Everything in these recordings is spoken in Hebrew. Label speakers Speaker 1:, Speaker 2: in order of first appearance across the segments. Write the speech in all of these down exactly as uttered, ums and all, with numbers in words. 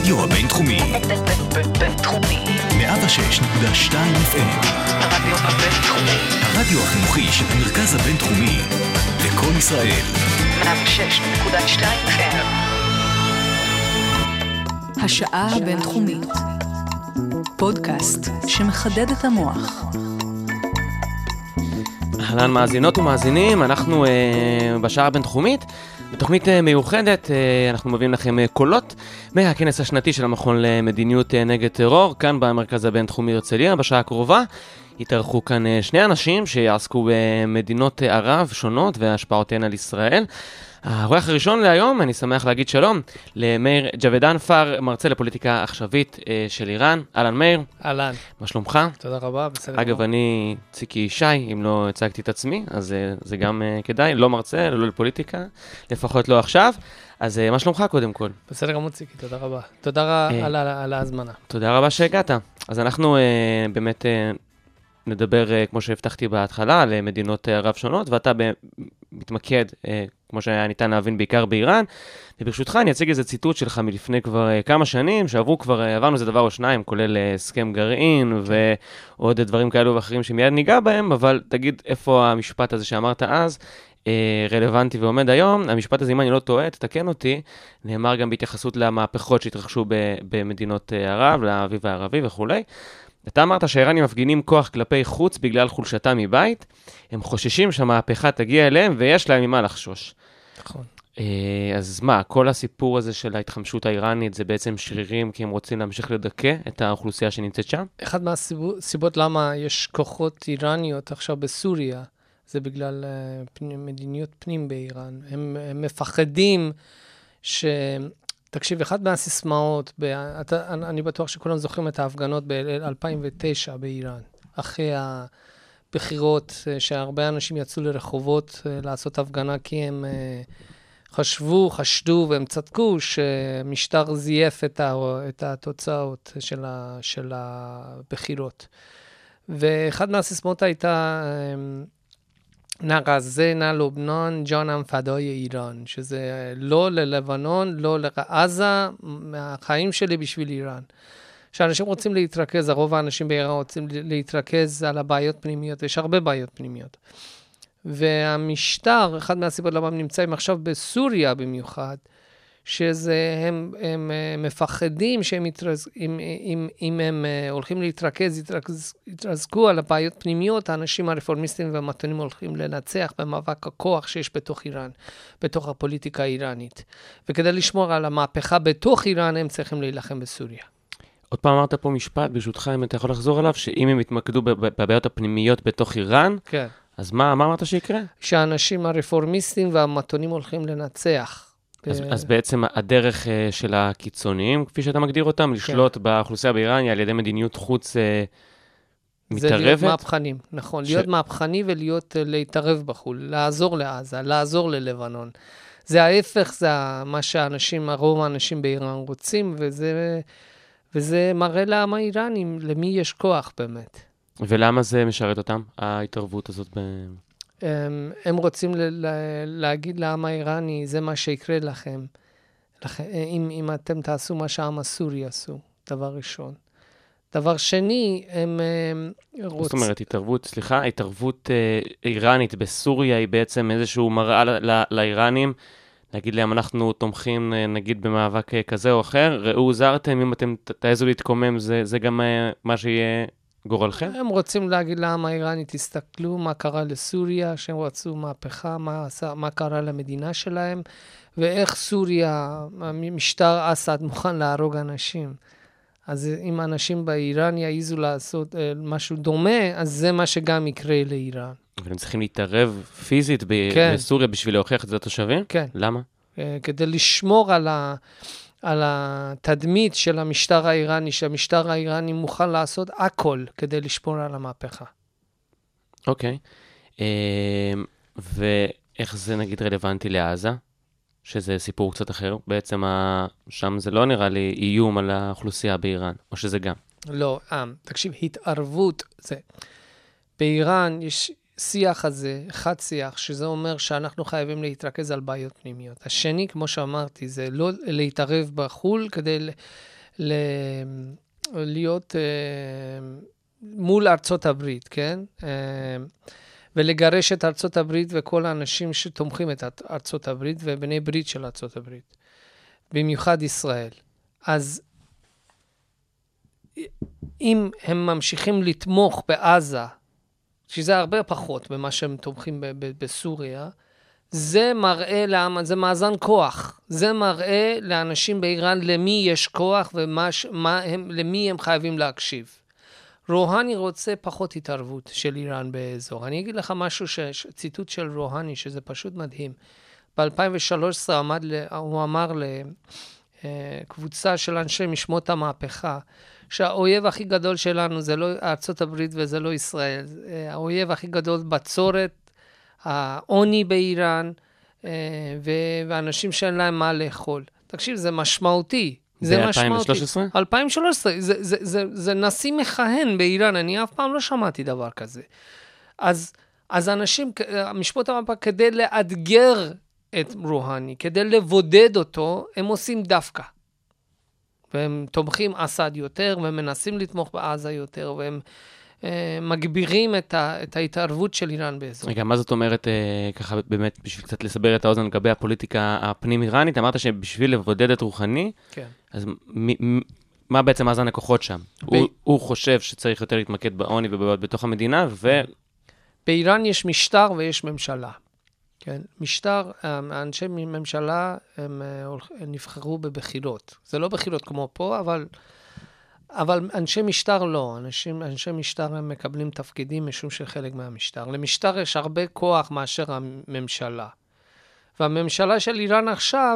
Speaker 1: הרדיו הבינתחומי.
Speaker 2: בינתחומי.
Speaker 1: מאה ושש נקודה שתיים אף אם.
Speaker 2: הרדיו הבינתחומי.
Speaker 1: הרדיו החינוכי של המרכז הבינתחומי. לקום ישראל.
Speaker 2: מאה ושש נקודה שתיים אף אם.
Speaker 3: השעה הבינתחומית. פודקאסט שמחדד את המוח.
Speaker 4: אהלן מאזינות ומאזינים, אנחנו אה, בשעה הבינתחומית, בתוכנית אה, מיוחדת, אה, אנחנו מביאים לכם אה, קולות מהכנס השנתי של המכון למדיניות אה, נגד טרור, כאן במרכז הבינתחומי הרצליה. בשעה הקרובה התארחו כאן אה, שני אנשים שיעסקו במדינות אה, ערב שונות והשפעותיהן על ישראל. האורח הראשון להיום, אני שמח להגיד שלום למאיר ג'וודאנפר, מרצה לפוליטיקה עכשווית אה, של איראן. אהלן מאיר.
Speaker 5: אהלן.
Speaker 4: מה שלומך?
Speaker 5: תודה רבה, בסדר.
Speaker 4: אגב,
Speaker 5: רבה.
Speaker 4: אני ציקי שי, אם לא הצגתי את עצמי, אז uh, זה גם uh, כדאי, לא מרצה, לא לפוליטיקה, לפחות לא עכשיו. אז uh, מה שלומך קודם כל?
Speaker 5: בסדר גמור ציקי, תודה רבה. תודה
Speaker 4: אה.
Speaker 5: על, על ההזמנה.
Speaker 4: תודה רבה שהגעת. אז אנחנו uh, באמת uh, נדבר, uh, כמו שהבטחתי בהתחלה, על uh, מדינות uh, ערב שונות, ואתה ב- מתמקד, uh, כמו שהיה ניתן להבין, בעיקר באיראן. וברשותך אני אציג איזה ציטוט שלך מלפני כבר uh, כמה שנים, שעברו כבר, uh, עברנו איזה דבר או שניים, כולל uh, הסכם גרעין ועוד דברים כאלו ואחרים שמיד ניגע בהם, אבל תגיד איפה המשפט הזה שאמרת אז uh, רלוונטי ועומד היום. המשפט הזה, אם אני לא טועה, תתקן אותי, נאמר גם בהתייחסות למהפכות שהתרחשו ב- במדינות uh, ערב, לאביב הערבי וכו'. אתה אמרת שהאיראנים מפגינים כוח כלפי חוץ בגלל חולשתם מבית, הם חוששים שהמהפכה תגיע אליהם ויש להם ממה לחשוש.
Speaker 5: נכון.
Speaker 4: אז מה, כל הסיפור הזה של ההתחמשות האיראנית זה בעצם שרירים כי הם רוצים להמשיך לדכא את האוכלוסייה שנמצאת שם?
Speaker 5: אחד מהסיבות למה יש כוחות איראניות עכשיו בסוריה, זה בגלל uh, פנים, מדיניות פנים באיראן. הם, הם מפחדים ש... תקשיב, אחד מהסיסמאות, ב... אתה, אני בטוח שכולם זוכרים את ההפגנות ב-אלפיים ותשע באיראן, אחרי הבחירות שהרבה אנשים יצאו לרחובות לעשות הפגנה כי הם חשבו, חשדו והם צדקו שמשטר זייף את, ה... את התוצאות של, ה... של הבחירות. ואחד מהסיסמאות הייתה נגזה נלובנן ג'אנם פדای איראן, שזה לא ללבנון, לא לעזה, מהחיים שלי בשביל איראן. שאנשים רוצים להתרכז, הרוב האנשים באיראן רוצים להתרכז על הבעיות פנימיות, יש הרבה בעיות פנימיות. והמשטר, אחד מהסיבות למה הם נמצאים עכשיו בסוריה במיוחד, שזה הם, הם מפחדים שהם יתרז, אם, אם, אם הם הולכים להתרכז, יתרכז, יתרזקו על הבעיות פנימיות, האנשים הרפורמיסטים והמתונים הולכים לנצח במאבק הכוח שיש בתוך איראן, בתוך הפוליטיקה האיראנית. וכדי לשמור על המהפכה בתוך איראן, הם צריכים להילחם בסוריה.
Speaker 4: עוד פעם אמרת פה משפט, ברשותך, אם אתה יכול לחזור עליו, שאם הם יתמקדו בבעיות הפנימיות בתוך איראן,
Speaker 5: כן.
Speaker 4: אז מה, מה אמרת שיקרה?
Speaker 5: שהאנשים הרפורמיסטים והמתונים הולכים לנצח.
Speaker 4: אז, אז בעצם הדרך uh, של הקיצוניים, כפי שאתה מגדיר אותם, לשלוט כן. באוכלוסייה באיראן, על ידי מדיניות חוץ uh, מתערבת?
Speaker 5: זה להיות מהפכנים, נכון. ש... להיות מהפכני ולהיות, uh, להתערב בחול, לעזור לעזה, לעזור ללבנון. זה ההפך, זה מה שהאנשים, הרוב האנשים באיראן רוצים, וזה, וזה מראה לעם האיראני, למי יש כוח באמת.
Speaker 4: ולמה זה משרת אותם, ההתערבות הזאת ב...
Speaker 5: הם רוצים להגיד לעם האיראני, זה מה שיקרה לכם, אם, אם אתם תעשו מה שהעם הסורי עשו, דבר ראשון. דבר שני, הם רוצים...
Speaker 4: זאת אומרת, התערבות, סליחה, התערבות איראנית בסוריה היא בעצם איזשהו מראה לאיראנים, להגיד להם, אנחנו תומכים, נגיד, במאבק כזה או אחר, ראו זרתם, אם אתם תעזו להתקומם, זה, זה גם מה שיהיה... גורלכם?
Speaker 5: הם רוצים להגיד לעם האיראני, תסתכלו מה קרה לסוריה, שהם רצו מהפכה, מה, מה קרה למדינה שלהם, ואיך סוריה, משטר אסד מוכן להרוג אנשים. אז אם אנשים באיראן יעיזו לעשות משהו דומה, אז זה מה שגם יקרה לאיראן.
Speaker 4: אבל הם צריכים להתערב פיזית ב-
Speaker 5: כן.
Speaker 4: בסוריה בשביל להוכיח את זה לתושבים?
Speaker 5: כן.
Speaker 4: למה?
Speaker 5: כדי לשמור על ה... על התדמית של המשטר האיראני, שהמשטר האיראני מוכן לעשות הכל כדי לשמור על המהפכה.
Speaker 4: אוקיי. ואיך זה נגיד רלוונטי לעזה? שזה סיפור קצת אחר. בעצם שם זה לא נראה לי איום על האוכלוסייה באיראן, או שזה גם?
Speaker 5: לא, תקשיב, התערבות זה. באיראן יש שיח הזה, אחד שיח, שזה אומר שאנחנו חייבים להתרכז על בעיות פנימיות. השני, כמו שאמרתי, זה לא להתערב בחול כדי ל, ל, להיות uh, מול ארצות הברית, כן? Uh, ולגרש את ארצות הברית וכל האנשים שתומכים את ארצות הברית ובני ברית של ארצות הברית. במיוחד ישראל. אז אם הם ממשיכים לתמוך בעזה, שזה הרבה פחות ממה שהם תומכים ב- ב- בסוריה, זה מראה, לעם, זה מאזן כוח. זה מראה לאנשים באיראן למי יש כוח ומה מה הם, למי הם חייבים להקשיב. רוהני רוצה פחות התערבות של איראן באזור. אני אגיד לך משהו, ש, ציטוט של רוהני, שזה פשוט מדהים. ב-אלפיים ושלוש עשרה עמד, הוא אמר לקבוצה של אנשי משמעות המהפכה, שהאויב הכי גדול שלנו זה לא ארצות הברית וזה לא ישראל. האויב הכי גדול בצורת, העוני באיראן, ואנשים שאין להם מה לאכול. תקשיב, זה משמעותי.
Speaker 4: זה אלפיים ושלוש עשרה?
Speaker 5: אלפיים ושלוש עשרה, זה, זה, זה, זה נשיא מכהן באיראן, אני אף פעם לא שמעתי דבר כזה. אז, אז אנשים, משפט המפה, כדי לאתגר את רוהני, כדי לבודד אותו, הם עושים דווקא. והם תומכים אסד יותר, והם מנסים לתמוך בעזה יותר, והם אה, מגבירים את, ה, את ההתערבות של איראן באזור.
Speaker 4: רגע, מה זאת אומרת, אה, ככה באמת, בשביל קצת לסבר את האוזן לגבי הפוליטיקה הפנים-איראנית, אמרת שבשביל לבודד את רוהני,
Speaker 5: כן.
Speaker 4: אז מ, מ, מה בעצם מאזן הכוחות שם? ב... הוא, הוא חושב שצריך יותר להתמקד בעוני ובבעיות בתוך המדינה, ו...
Speaker 5: באיראן יש משטר ויש ממשלה. כן, משטר, אנשי ממשלה הם, הם נבחרו בבחירות. זה לא בחירות כמו פה, אבל, אבל אנשי משטר לא. אנשים, אנשי משטר הם מקבלים תפקידים משום שחלק מהמשטר. למשטר יש הרבה כוח מאשר הממשלה. והממשלה של איראן עכשיו,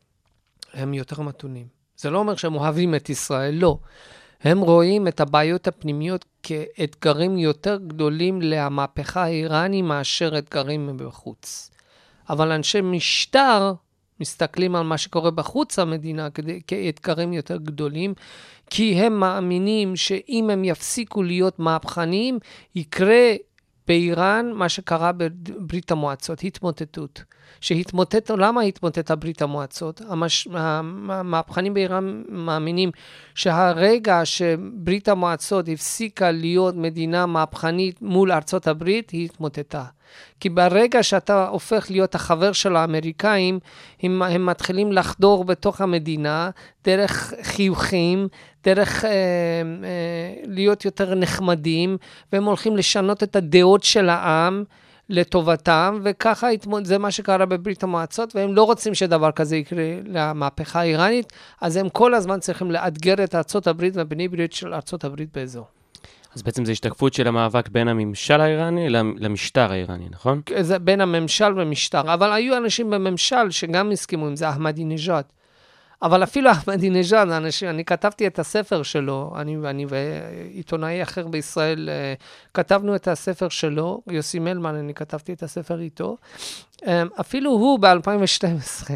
Speaker 5: הם יותר מתונים. זה לא אומר שהם אוהבים את ישראל, לא. הם רואים את הבעיות הפנימיות כאתגרים יותר גדולים למהפכה האיראני מאשר אתגרים מבחוץ. אבל אנשי משטר מסתכלים על מה שקורה בחוץ המדינה כאתגרים יותר גדולים, כי הם מאמינים שאם הם יפסיקו להיות מהפכניים, יקרה באיראן מה שקרה בברית המועצות, התמוטטות. שהתמוטט, למה התמוטטה ברית המועצות? המש, המהפכנים באיראן מאמינים שהרגע שברית המועצות הפסיקה להיות מדינה מהפכנית מול ארצות הברית, היא התמוטטה. כי ברגע שאתה הופך להיות החבר של האמריקאים, הם, הם מתחילים לחדור בתוך המדינה, דרך חיוכים, דרך אה, אה, להיות יותר נחמדים, והם הולכים לשנות את הדעות של העם, לטובתם, וככה זה מה שקרה בברית המועצות, והם לא רוצים שדבר כזה יקרה למהפכה האיראנית, אז הם כל הזמן צריכים לאתגר את ארצות הברית ובני ברית של ארצות הברית באזור.
Speaker 4: אז בעצם זה השתקפות של המאבק בין הממשל האיראני למשטר האיראני, נכון?
Speaker 5: זה בין הממשל ומשטר, אבל היו אנשים בממשל שגם הסכימו עם זה, אחמדינג'אד. אבל אפילו אחמדינג'אד, אנשים, אני כתבתי את הספר שלו, אני ואני ועיתונאי אחר בישראל, כתבנו את הספר שלו, יוסי מלמן, אני כתבתי את הספר איתו, אפילו הוא ב-אלפיים ושתים עשרה,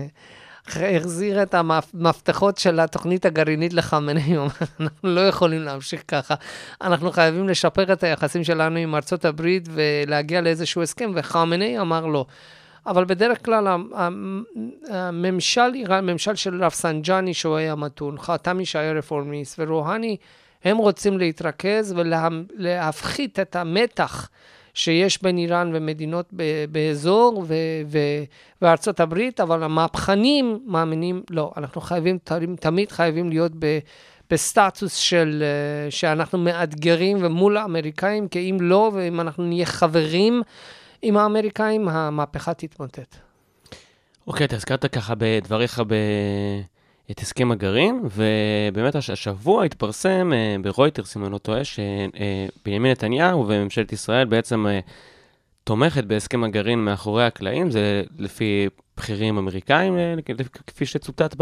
Speaker 5: החזיר את המפתחות של התוכנית הגרעינית לחמנאי, אנחנו לא יכולים להמשיך ככה, אנחנו חייבים לשפר את היחסים שלנו עם ארצות הברית, ולהגיע לאיזשהו הסכם, וחמנאי אמר לו, אבל בדרך כלל הממשל, הממשל של רפסנג'אני שהוא היה מתון, חתמי שהיה רפורמיסט ורוהני, הם רוצים להתרכז ולהפחית את המתח שיש בין איראן ומדינות באזור וארצות הברית, אבל המהפכנים מאמינים, לא, אנחנו חייבים, תמיד חייבים להיות בסטטוס של, שאנחנו מאתגרים ומול האמריקאים, כי אם לא, ואם אנחנו נהיה חברים, עם האמריקאים, המהפכה תתמוטט.
Speaker 4: אוקיי, אתה הזכרת ככה בדבריך ב... את הסכם הגרעין, ובאמת השבוע התפרסם ברויטרס, אם אני לא טועה, שבנימין נתניהו וממשלת ישראל בעצם תומכת בהסכם הגרעין מאחורי הקלעים, זה לפי בכירים אמריקאים, כפי שצוטט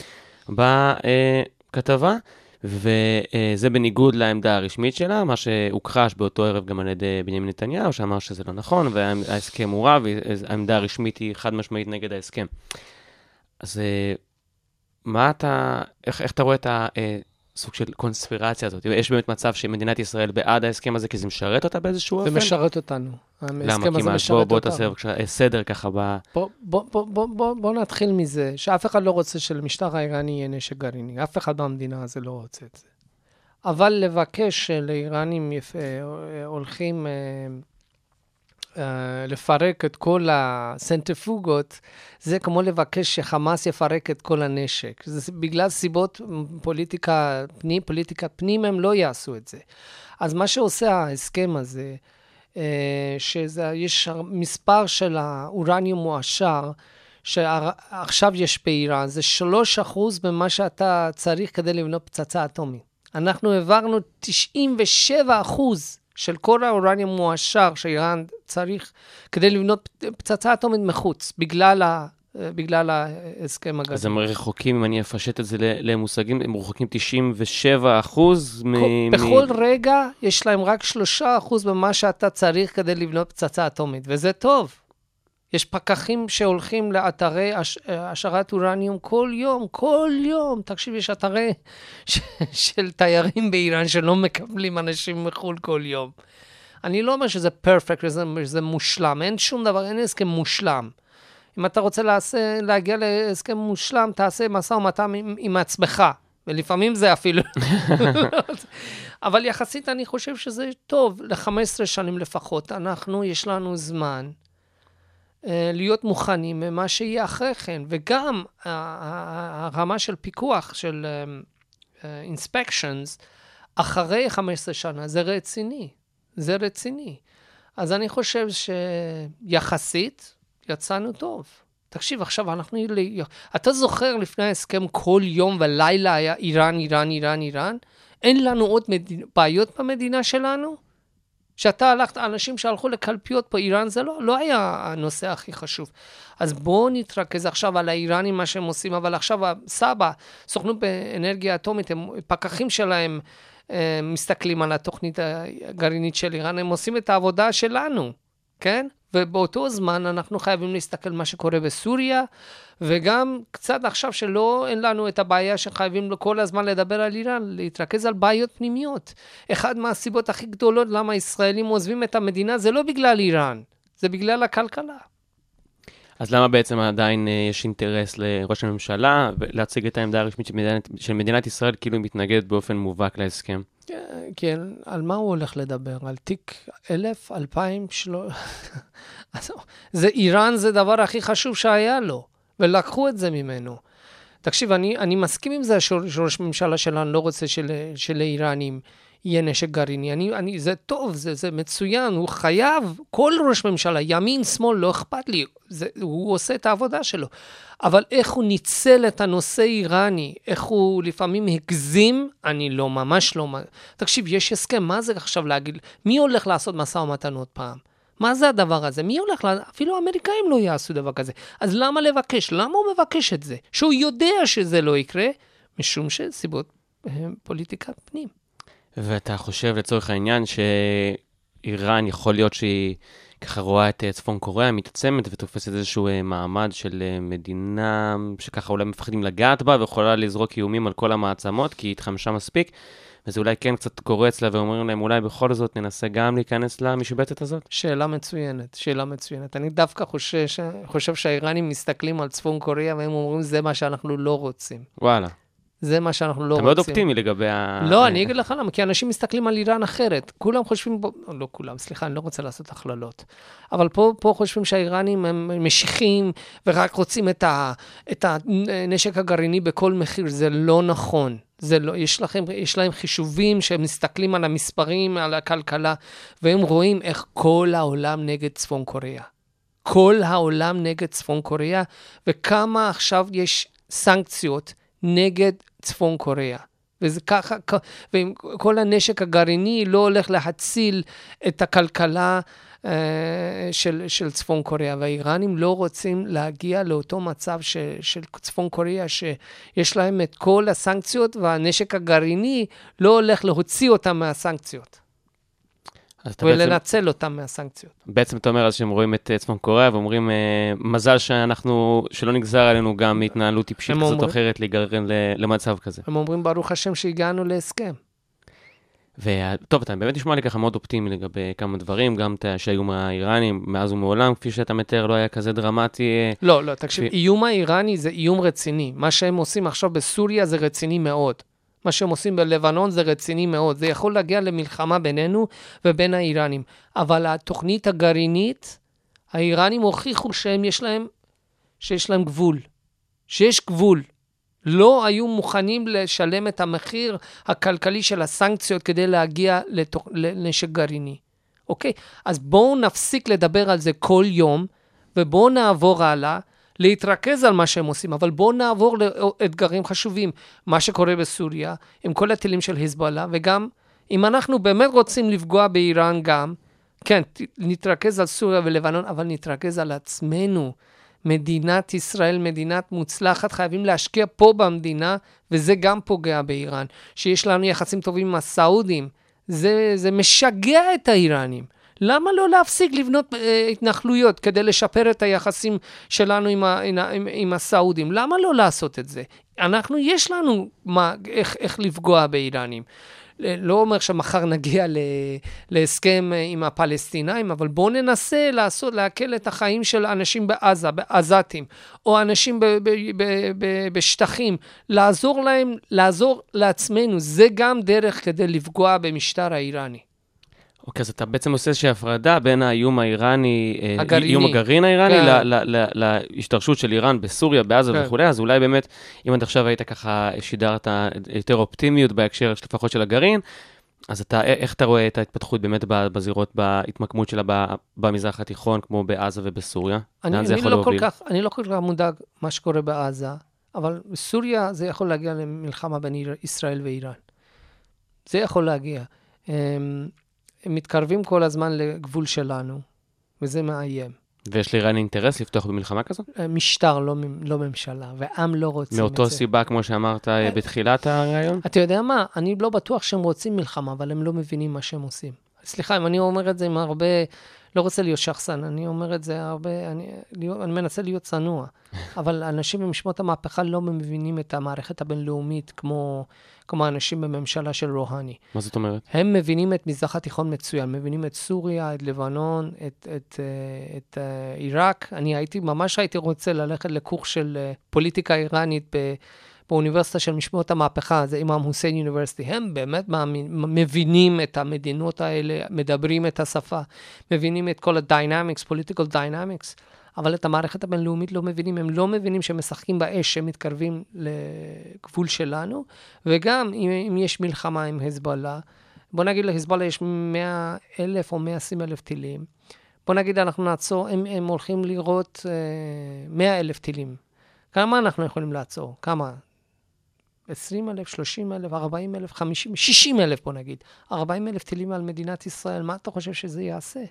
Speaker 4: בכתבה, וזה בניגוד לעמדה הרשמית שלה, מה שהוכחש באותו ערב גם על ידי בנימין נתניהו, שאמר שזה לא נכון, וההסכם הוא רע, והעמדה הרשמית היא חד משמעית נגד ההסכם. אז מה אתה, איך, איך אתה רואה את סוג של קונספירציה הזאת? יש באמת מצב שמדינת ישראל בעד ההסכם הזה, כי זה משרת אותה באיזשהו אופן?
Speaker 5: זה משרת אותנו.
Speaker 4: למה? כי בוא, בוא תעשה סדר ככה ב...
Speaker 5: בוא, בוא, בוא, בוא, בוא, בוא נתחיל מזה, שאף אחד לא רוצה שלמשטר האיראני יהיה נשק גרעיני. אף אחד במדינה הזה לא רוצה את זה. אבל לבקש שלאיראנים יפ... הולכים uh, uh, לפרק את כל הסנטריפוגות, זה כמו לבקש שחמאס יפרק את כל הנשק. זה בגלל סיבות פוליטיקה פנים, פוליטיקה פנים, הם לא יעשו את זה. אז מה שעושה ההסכם הזה, שיש מספר של האורניום מועשר, שעכשיו יש באיראן, זה שלוש אחוז במה שאתה צריך כדי לבנות פצצה אטומית. אנחנו העברנו תשעים ושבע אחוז של כל האורניום מועשר שאיראן צריך כדי לבנות פצצה אטומית מחוץ, בגלל ה... בגלל ההסכם הגדול.
Speaker 4: אז הם רחוקים, אם אני אפשט את זה למושגים, הם רחוקים תשעים ושבע אחוז מ...
Speaker 5: בכל רגע יש להם רק שלושה אחוז במה שאתה צריך כדי לבנות פצצה אטומית, וזה טוב. יש פקחים שהולכים לאתרי השערת אורניום כל יום, כל יום. תקשיב, יש אתרי של תיירים באיראן שלא מקבלים אנשים מחול כל יום. אני לא אומר שזה פרפקט, שזה מושלם. אין שום דבר, אין הסכם מושלם. אם אתה רוצה לעשה, להגיע להסכם מושלם, תעשה מסע ומתן עם, עם עצמך. ולפעמים זה אפילו. אבל יחסית אני חושב שזה טוב, ל-חמש עשרה שנים לפחות. אנחנו, יש לנו זמן אה, להיות מוכנים ממה שיהיה אחרי כן. וגם הרמה של פיקוח, של uh, uh, inspections, אחרי חמש עשרה שנה, זה רציני. זה רציני. אז אני חושב שיחסית, יצאנו טוב. תקשיב, עכשיו אנחנו... אתה זוכר לפני ההסכם כל יום ולילה היה איראן, איראן, איראן, איראן? אין לנו עוד מדינה, בעיות במדינה שלנו? שאתה הלכת, אנשים שהלכו לקלפיות פה, איראן זה לא, לא היה הנושא הכי חשוב. אז בואו נתרכז עכשיו על האיראנים, מה שהם עושים, אבל עכשיו סבא, סוכנות באנרגיה אטומית, הם, פקחים שלהם הם מסתכלים על התוכנית הגרעינית של איראן, הם עושים את העבודה שלנו, כן? ובאותו זמן אנחנו חייבים להסתכל מה שקורה בסוריה, וגם קצת עכשיו שלא אין לנו את הבעיה שחייבים כל הזמן לדבר על איראן, להתרכז על בעיות פנימיות. אחד מהסיבות הכי גדולות למה ישראלים עוזבים את המדינה, זה לא בגלל איראן, זה בגלל הכלכלה.
Speaker 4: אז למה בעצם עדיין יש אינטרס לראש הממשלה להציג את העמדה הרשמית של מדינת, של מדינת ישראל כאילו היא מתנגדת באופן מובהק להסכם?
Speaker 5: כן, על מה הוא הולך לדבר? על תיק אלף, אלפיים, שלוש... זה איראן זה דבר הכי חשוב שהיה לו, ולקחו את זה ממנו. תקשיב, אני, אני מסכים עם זה שראש ממשלה שלנו לא רוצה של, של איראנים יהיה נשק גרעיני. אני, אני, זה טוב, זה, זה מצוין, הוא חייב, כל ראש ממשלה, ימין, שמאל, לא אכפת לי, זה, הוא עושה את העבודה שלו. אבל איך הוא ניצל את הנושא איראני, איך הוא לפעמים הגזים, אני לא, ממש לא. תקשיב, יש הסכם, מה זה עכשיו להגיד? מי הולך לעשות מסע ומתן עוד פעם? מה זה הדבר הזה? מי הולך, אפילו האמריקאים לא יעשו דבר כזה. אז למה לבקש? למה הוא מבקש את זה? שהוא יודע שזה לא יקרה, משום שסיבות פוליטיקת פנים.
Speaker 4: ואתה חושב לצורך העניין שאיראן יכול להיות שהיא ככה רואה את צפון קוריאה מתעצמת ותופסת איזשהו מעמד של מדינה שככה אולי מפחדים לגעת בה ויכולה לזרוק איומים על כל המעצמות כי היא התחמשה מספיק, וזה אולי כן קצת קורץ לה ואומרים להם אולי בכל זאת ננסה גם להיכנס למשבצת הזאת?
Speaker 5: שאלה מצוינת, שאלה מצוינת. אני דווקא חושב, חושב שהאיראנים מסתכלים על צפון קוריאה והם אומרים זה מה שאנחנו לא רוצים.
Speaker 4: וואלה.
Speaker 5: זה מה שאנחנו לא רוצים.
Speaker 4: אתה מאוד אופטימי לגבי ה...
Speaker 5: לא, אני אגיד לך למה, כי אנשים מסתכלים על איראן אחרת. כולם חושבים, לא כולם, סליחה, אני לא רוצה לעשות הכללות. אבל פה, פה חושבים שהאיראנים הם משיחים, ורק רוצים את, ה, את הנשק הגרעיני בכל מחיר. זה לא נכון. זה לא, יש לכם, יש להם חישובים שהם מסתכלים על המספרים, על הכלכלה, והם רואים איך כל העולם נגד צפון קוריאה. כל העולם נגד צפון קוריאה, וכמה עכשיו יש סנקציות נגד צפון קוריאה. וזה ככה, וכל הנשק הגרעיני לא הולך להציל את הכלכלה אה, של, של צפון קוריאה, והאיראנים לא רוצים להגיע לאותו מצב ש, של צפון קוריאה, שיש להם את כל הסנקציות, והנשק הגרעיני לא הולך להוציא אותם מהסנקציות.
Speaker 4: אז אתה בעצם,
Speaker 5: ולנצל אותם מהסנקציות.
Speaker 4: בעצם אתה אומר אז שהם רואים את צפון קוריאה, ואומרים, אה, מזל שאנחנו, שלא נגזר עלינו גם מהתנהלות טיפשית כזאת או אחרת, להיגרר למצב כזה.
Speaker 5: הם אומרים, ברוך השם שהגענו להסכם.
Speaker 4: וטוב, אתה באמת נשמע לי ככה מאוד אופטימי לגבי כמה דברים, גם שהאיום האיראני מאז ומעולם, כפי שאתה מתאר, לא היה כזה דרמטי.
Speaker 5: לא, לא, תקשיב, איום האיראני זה איום רציני. מה שהם עושים עכשיו בסוריה זה רציני מאוד. מה שהם עושים בלבנון זה רציני מאוד. זה יכול להגיע למלחמה בינינו ובין האיראנים. אבל התוכנית הגרעינית, האיראנים הוכיחו שהם יש להם, שיש להם גבול. שיש גבול. לא היו מוכנים לשלם את המחיר הכלכלי של הסנקציות כדי להגיע לתוך, לנשק גרעיני. אוקיי? אז בואו נפסיק לדבר על זה כל יום, ובואו נעבור הלאה, להתרכז על מה שהם עושים, אבל בואו נעבור לאתגרים חשובים. מה שקורה בסוריה, עם כל הטילים של חיזבאללה, וגם אם אנחנו באמת רוצים לפגוע באיראן גם, כן, נתרכז על סוריה ולבנון, אבל נתרכז על עצמנו. מדינת ישראל, מדינת מוצלחת, חייבים להשקיע פה במדינה, וזה גם פוגע באיראן. שיש לנו יחסים טובים עם הסעודים, זה, זה משגע את האיראנים. למה לא להפסיק לבנות אה, התנחלויות כדי לשפר את היחסים שלנו עם, ה, עם, עם, עם הסעודים? למה לא לעשות את זה? אנחנו, יש לנו מה, איך, איך לפגוע באיראנים. לא אומר שמחר נגיע להסכם עם הפלסטינאים, אבל בואו ננסה לעשות, להקל את החיים של אנשים בעזה, בעזתים, או אנשים ב, ב, ב, ב, בשטחים, לעזור להם, לעזור לעצמנו, זה גם דרך כדי לפגוע במשטר האיראני.
Speaker 4: אוקיי, אז אתה בעצם עושה איזושהי הפרדה בין האיום האיראני,
Speaker 5: הגרעיני.
Speaker 4: איום הגרעין האיראני,
Speaker 5: כן.
Speaker 4: להשתרשות של איראן בסוריה, בעזה
Speaker 5: כן.
Speaker 4: וכו'. אז אולי באמת, אם עד עכשיו היית ככה, שידרת יותר אופטימיות בהקשר לפחות של הגרעין, אז אתה, איך אתה רואה את ההתפתחות באמת בזירות, בהתמקמות שלה במזרח התיכון, כמו בעזה ובסוריה?
Speaker 5: אני, אני, לא כל כך, אני לא כל כך מודאג מה שקורה בעזה, אבל בסוריה זה יכול להגיע למלחמה בין ישראל ואיראן. זה יכול להגיע. הם מתקרבים כל הזמן לגבול שלנו, וזה מאיים.
Speaker 4: ויש לאיראן אינטרס לפתוח במלחמה כזו?
Speaker 5: משטר, לא, לא ממשלה, ועם לא רוצים את זה.
Speaker 4: מאותו סיבה, כמו שאמרת בתחילת הרעיון?
Speaker 5: אתה יודע מה? אני לא בטוח שהם רוצים מלחמה, אבל הם לא מבינים מה שהם עושים. סליחה, אם אני אומר את זה עם הרבה, לא רוצה להיות שחסן, אני אומר את זה הרבה, אני, אני מנסה להיות צנוע, אבל אנשים במשמעות המהפכה לא מבינים את המערכת הבינלאומית כמו, כמו האנשים בממשלה של רוהני.
Speaker 4: מה זאת אומרת?
Speaker 5: הם מבינים את מזרח התיכון מצוין, מבינים את סוריה, את לבנון, את, את, את, את עיראק. אני הייתי, ממש הייתי רוצה ללכת לקורס של פוליטיקה איראנית ב... באוניברסיטה של משמעות המהפכה, זה אימאם חוסיין יוניברסיטי, הם באמת מבינים את המדינות האלה, מדברים את השפה, מבינים את כל ה-dynamics, political dynamics, אבל את המערכת הבינלאומית לא מבינים, הם לא מבינים שהם משחקים באש, שהם מתקרבים לגבול שלנו, וגם אם, אם יש מלחמה עם חיזבאללה, בוא נגיד לחיזבאללה יש מאה אלף או מאה ועשרים אלף טילים, בוא נגיד אנחנו נעצור, הם, הם הולכים לראות אה, מאה אלף טילים, כמה אנחנו יכולים לעצור? כמה? עשרים אלף, שלושים אלף, ארבעים אלף, חמישים, שישים אלף בוא נגיד. ארבעים אלף טילים על מדינת ישראל, מה אתה חושב שזה יעשה?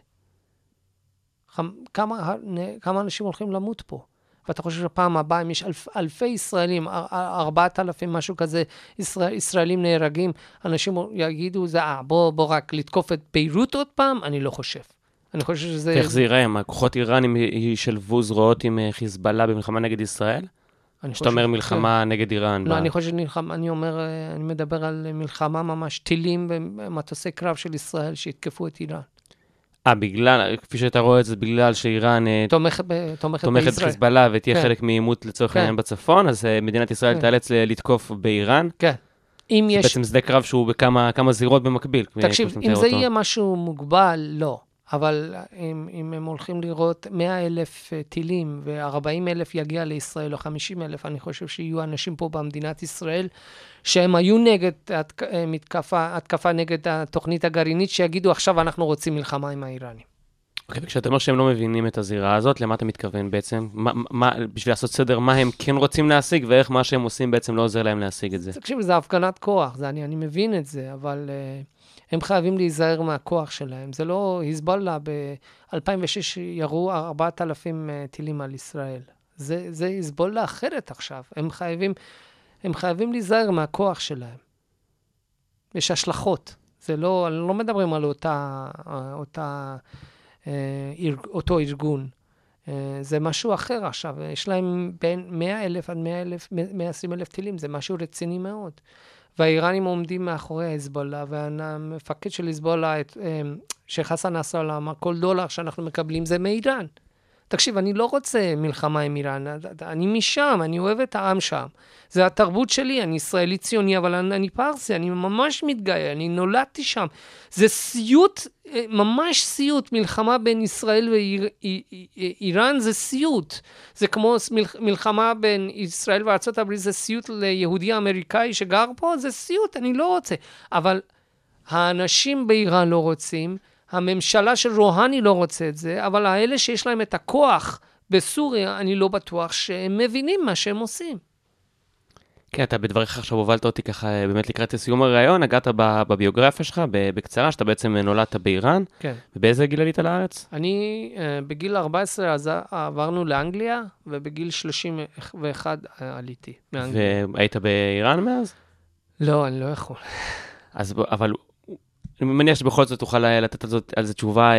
Speaker 5: כמה, כמה אנשים הולכים למות פה? ואתה חושב שפעם הבאה, אם יש אלף, אלפי ישראלים, ארבעת אלפים, משהו כזה, ישראל, ישראלים נהרגים, אנשים יגידו, זה, אה, בוא, בוא רק לתקוף את ביירות עוד פעם? אני לא חושב. אני חושב שזה...
Speaker 4: איך זה ייראה? הכוחות איראנים ישלבו זרועות עם חיזבאללה במלחמה נגד ישראל? שאתה אומר מלחמה נגד איראן.
Speaker 5: לא, אני חושב שנלחמה, אני אומר, אני מדבר על מלחמה ממש, טילים במטוסי קרב של ישראל שהתקפו את איראן.
Speaker 4: אה, בגלל, כפי שאתה רואה את זה, בגלל שאיראן
Speaker 5: תומכת
Speaker 4: בחיזבאללה ותהיה חלק מעימות לצורך העניין בצפון, אז מדינת ישראל תאלץ לתקוף באיראן. כן. זה בעצם שדה קרב שהוא בכמה זירות במקביל.
Speaker 5: תקשיב, אם זה יהיה משהו מוגבל, לא. אבל אם, אם הם הולכים לראות מאה אלף טילים ו-ארבעים אלף יגיע לישראל או חמישים אלף, אני חושב שיהיו אנשים פה במדינת ישראל שהם היו נגד מתקפה, התקפה נגד התוכנית הגרעינית, שיגידו עכשיו אנחנו רוצים מלחמה עם האיראנים.
Speaker 4: אוקיי, כשאתה אומר שהם לא מבינים את הזירה הזאת, למה אתה מתכוון בעצם? מה, מה, בשביל לעשות סדר, מה הם כן רוצים להשיג, ואיך מה שהם עושים בעצם לא עוזר להם להשיג את זה?
Speaker 5: תקשיב, זה הפגנת כוח, זה, אני, אני מבין את זה, אבל uh, הם חייבים להיזהר מהכוח שלהם. זה לא, חיזבאללה ב-אלפיים ושש ירו ארבעת אלפים uh, טילים על ישראל. זה, זה חיזבאללה אחרת עכשיו. הם חייבים, הם חייבים להיזהר מהכוח שלהם. יש השלכות. זה לא, לא מדברים על אותה, אותה, אותו ארגון. זה משהו אחר עכשיו. יש להם בין מאה אלף עד מאה ועשרים אלף טילים, זה משהו רציני מאוד. והאיראנים עומדים מאחורי ההזבולה, והמפקד של הזבולה, שחסן נסראללה אמר, כל דולר שאנחנו מקבלים זה מאיראן. תקשיב, אני לא רוצה מלחמה עם איראן, אני משם, אני אוהב את העם שם. זה התרבות שלי, אני ישראלי ציוני, אבל אני, אני פרסי, אני ממש מתגאה, אני נולדתי שם. זה סיוט, ממש סיוט, מלחמה בין ישראל ואיראן זה סיוט. זה כמו מלחמה בין ישראל וארצות הברית, זה סיוט ליהודי אמריקאי שגר פה, זה סיוט, אני לא רוצה. אבל האנשים באיראן לא רוצים, הממשלה של רוהני לא רוצה את זה, אבל האלה שיש להם את הכוח בסוריה, אני לא בטוח שהם מבינים מה שהם עושים.
Speaker 4: כן, אתה בדבריך עכשיו הובלת אותי ככה באמת לקראת סיום הרעיון, הגעת בביוגרפיה שלך בקצרה, שאתה בעצם נולדת באיראן.
Speaker 5: כן.
Speaker 4: ובאיזה גיל עלית לארץ?
Speaker 5: אני בגיל ארבע עשרה אז עברנו לאנגליה, ובגיל שלושים ואחת עליתי מאנגליה.
Speaker 4: והיית באיראן מאז?
Speaker 5: לא, אני לא יכול.
Speaker 4: אז, אבל אני מניח שבכל זאת תוכל לתת על זה תשובה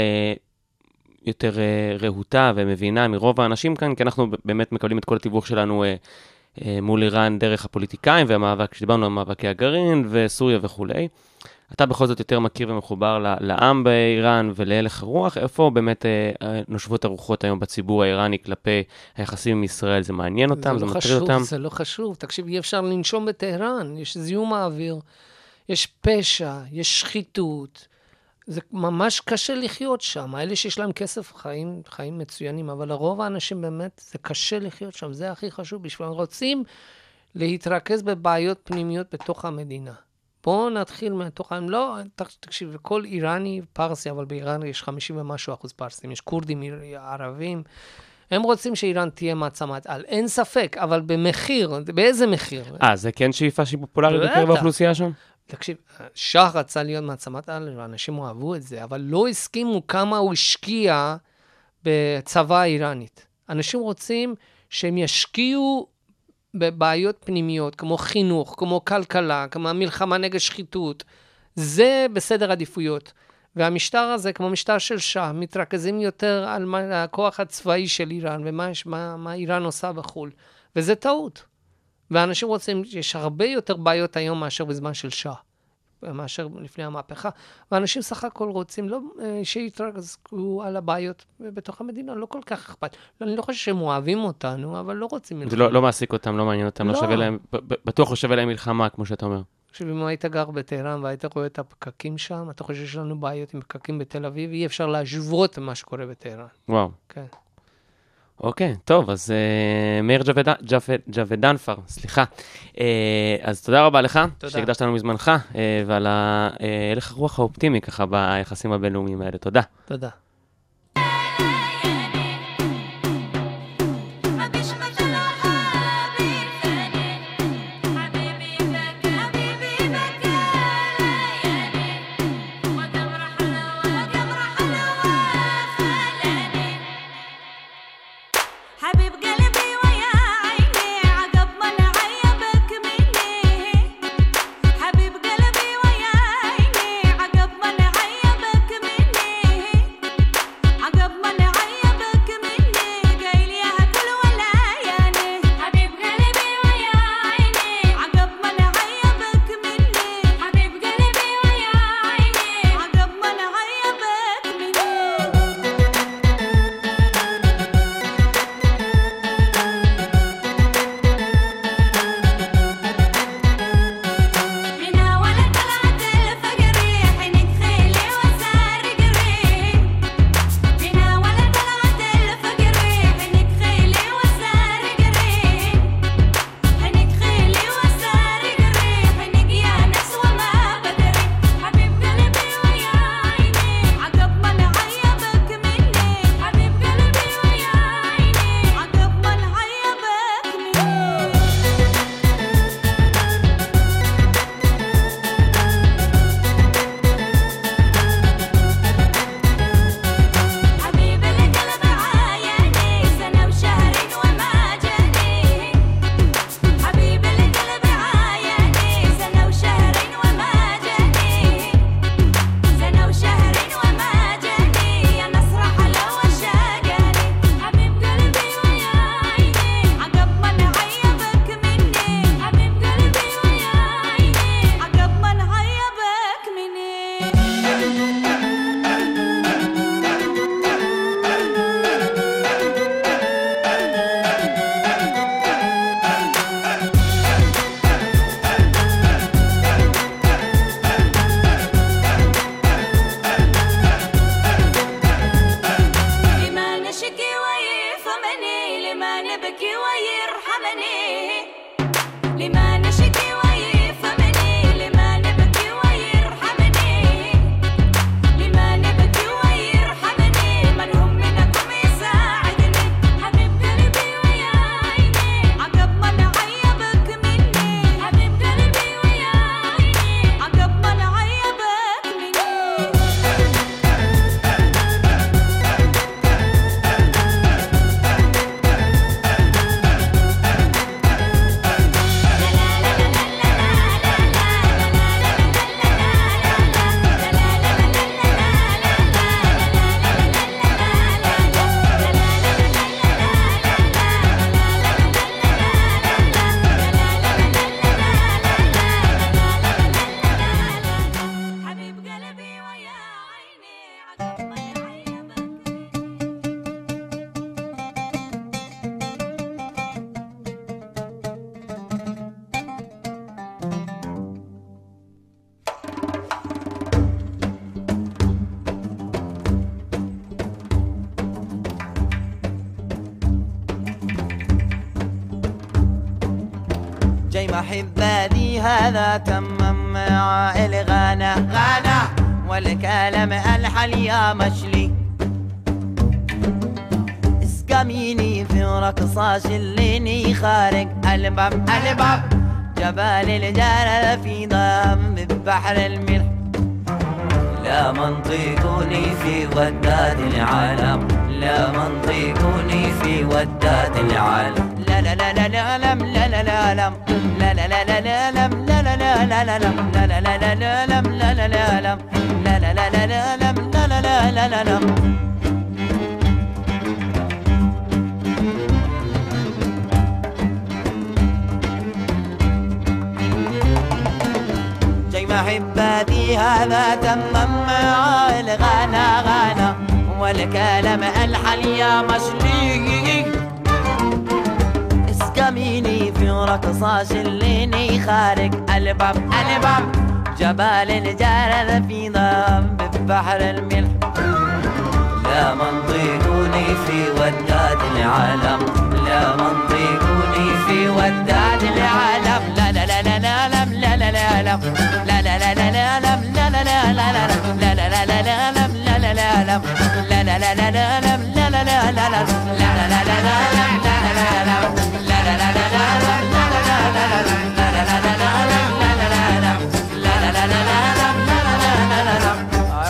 Speaker 4: יותר רהוטה ומבינה מרוב האנשים כאן, כי אנחנו באמת מקבלים את כל התיווך שלנו מול איראן דרך הפוליטיקאים והמאבק, שדיברנו על מאבקי הגרעין וסוריה וכולי. אתה בכל זאת יותר מכיר ומחובר לעם באיראן ולהלך הרוח. איפה באמת נושבות הרוחות היום בציבור האיראני כלפי היחסים עם ישראל? זה מעניין אותם? זה מטריד אותם?
Speaker 5: זה לא חשוב. תקשיב, אי אפשר לנשום בטהרן. יש זיהום האוויר, יש פשע, יש שחיתות. זה ממש קשה לחיות שם. האלה שיש להם כסף חיים, חיים מצוינים, אבל לרוב האנשים באמת זה קשה לחיות שם. זה הכי חשוב בשבילם. רוצים להתרכז בבעיות פנימיות בתוך המדינה. בואו נתחיל מתוך, הם לא, תקשיב, כל איראני פרסי, אבל באיראן יש חמישים ומשהו אחוז פרסים, יש קורדים ערבים, הם רוצים שאיראן תהיה מעצמת על, אין ספק, אבל במחיר, באיזה מחיר?
Speaker 4: אה, זה כן שאיפה שהיא פופולרית בקרב האוכלוסייה שם?
Speaker 5: תקשיב, שח רצה להיות מעצמת על, ואנשים אוהבו את זה, אבל לא הסכימו כמה הוא השקיע בצבא האיראנית. אנשים רוצים שהם ישקיעו בבעיות פנימיות, כמו חינוך, כמו כלכלה, כמו מלחמה נגד שחיתות. זה בסדר עדיפויות. והמשטר הזה, כמו משטר של שאה, מתרכזים יותר על מה, הכוח הצבאי של איראן, ומה מה, מה איראן עושה בחול. וזה טעות. ואנשים רוצים, יש הרבה יותר בעיות היום מאשר בזמן של שאה, מאשר לפני המהפכה. ואנשים סך הכל רוצים לא, שיתרכזו על הבעיות בתוך המדינה, לא כל כך אכפת. אני לא חושב שהם אוהבים אותנו, אבל לא רוצים...
Speaker 4: זה לא, לא מעסיק אותם, לא מעניין אותם, לא. לא שווה להם, בטוח לא שווה להם מלחמה, כמו שאתה אומר.
Speaker 5: עכשיו, אם היית גר בטהרן והיית רואה את הפקקים שם, אתה חושב שיש לנו בעיות עם פקקים בתל אביב, אי אפשר להשוות מה שקורה בטהרן.
Speaker 4: וואו.
Speaker 5: כן.
Speaker 4: אוקיי, טוב, אז uh, מאיר ג'וודנפר, סליחה. Uh, אז תודה רבה לך, תודה. שהקדשת לנו מזמנך, uh, ועל הלך הרוח האופטימי ככה ביחסים הבינלאומיים האלה. תודה.
Speaker 5: תודה.
Speaker 6: يبكي ويرحمني لما نشكي ويفهمني لما نبكي ويرحمني لما نبكي ويرحمني من هم منكم يساعدني حبيب قلبي ويا عيني عقب ما نعيبك مني حبيب قلبي ويا عيني عقب ما نعيبك مني حبيب قلبي ويا عيني عقب ما نعيبك
Speaker 7: جاي محبادي هذا تمم مع الغانا غانا والكلام الحليا مشلي اسقميني في رقصة شليني خارج الباب الباب جبال الجارة في ضم ببحر الملح لا منطقوني في وداد العالم لا منطقوني في وداد العالم لا لا لا لا لا لم لا لا لا لم لا لا لا لا لا لم لا لا لا لا لا لم لا لا لا لا لا لم لا لا لا لم لا لا لا لا لا لم لا لا لا لا لا لم جاي محباتي هذا تمم مع الغانا غانا والكلام الحليا مشلي اسقميني في رقصة شليني خارج الباب الباب جبال الجارة في ضم ببحر الملح لا منطقوني في وداد العالم لا منطقوني في وداد العالم لا لا لا لا لا لم لا لا لا لم لا لا لا لا لا لم لا لا لا لا لا لا لا لا لا لا لم لا لا لا لم لا لا لا لا لا لم لا لا لا لا لا لا لا لا لا لم لا لا لا لم لا لا لا لا لا لم لا لا لا لا لم لا لا لا لا لا لم لا لا لا لم لا لا لا لا لا لم لا لا لا لا لم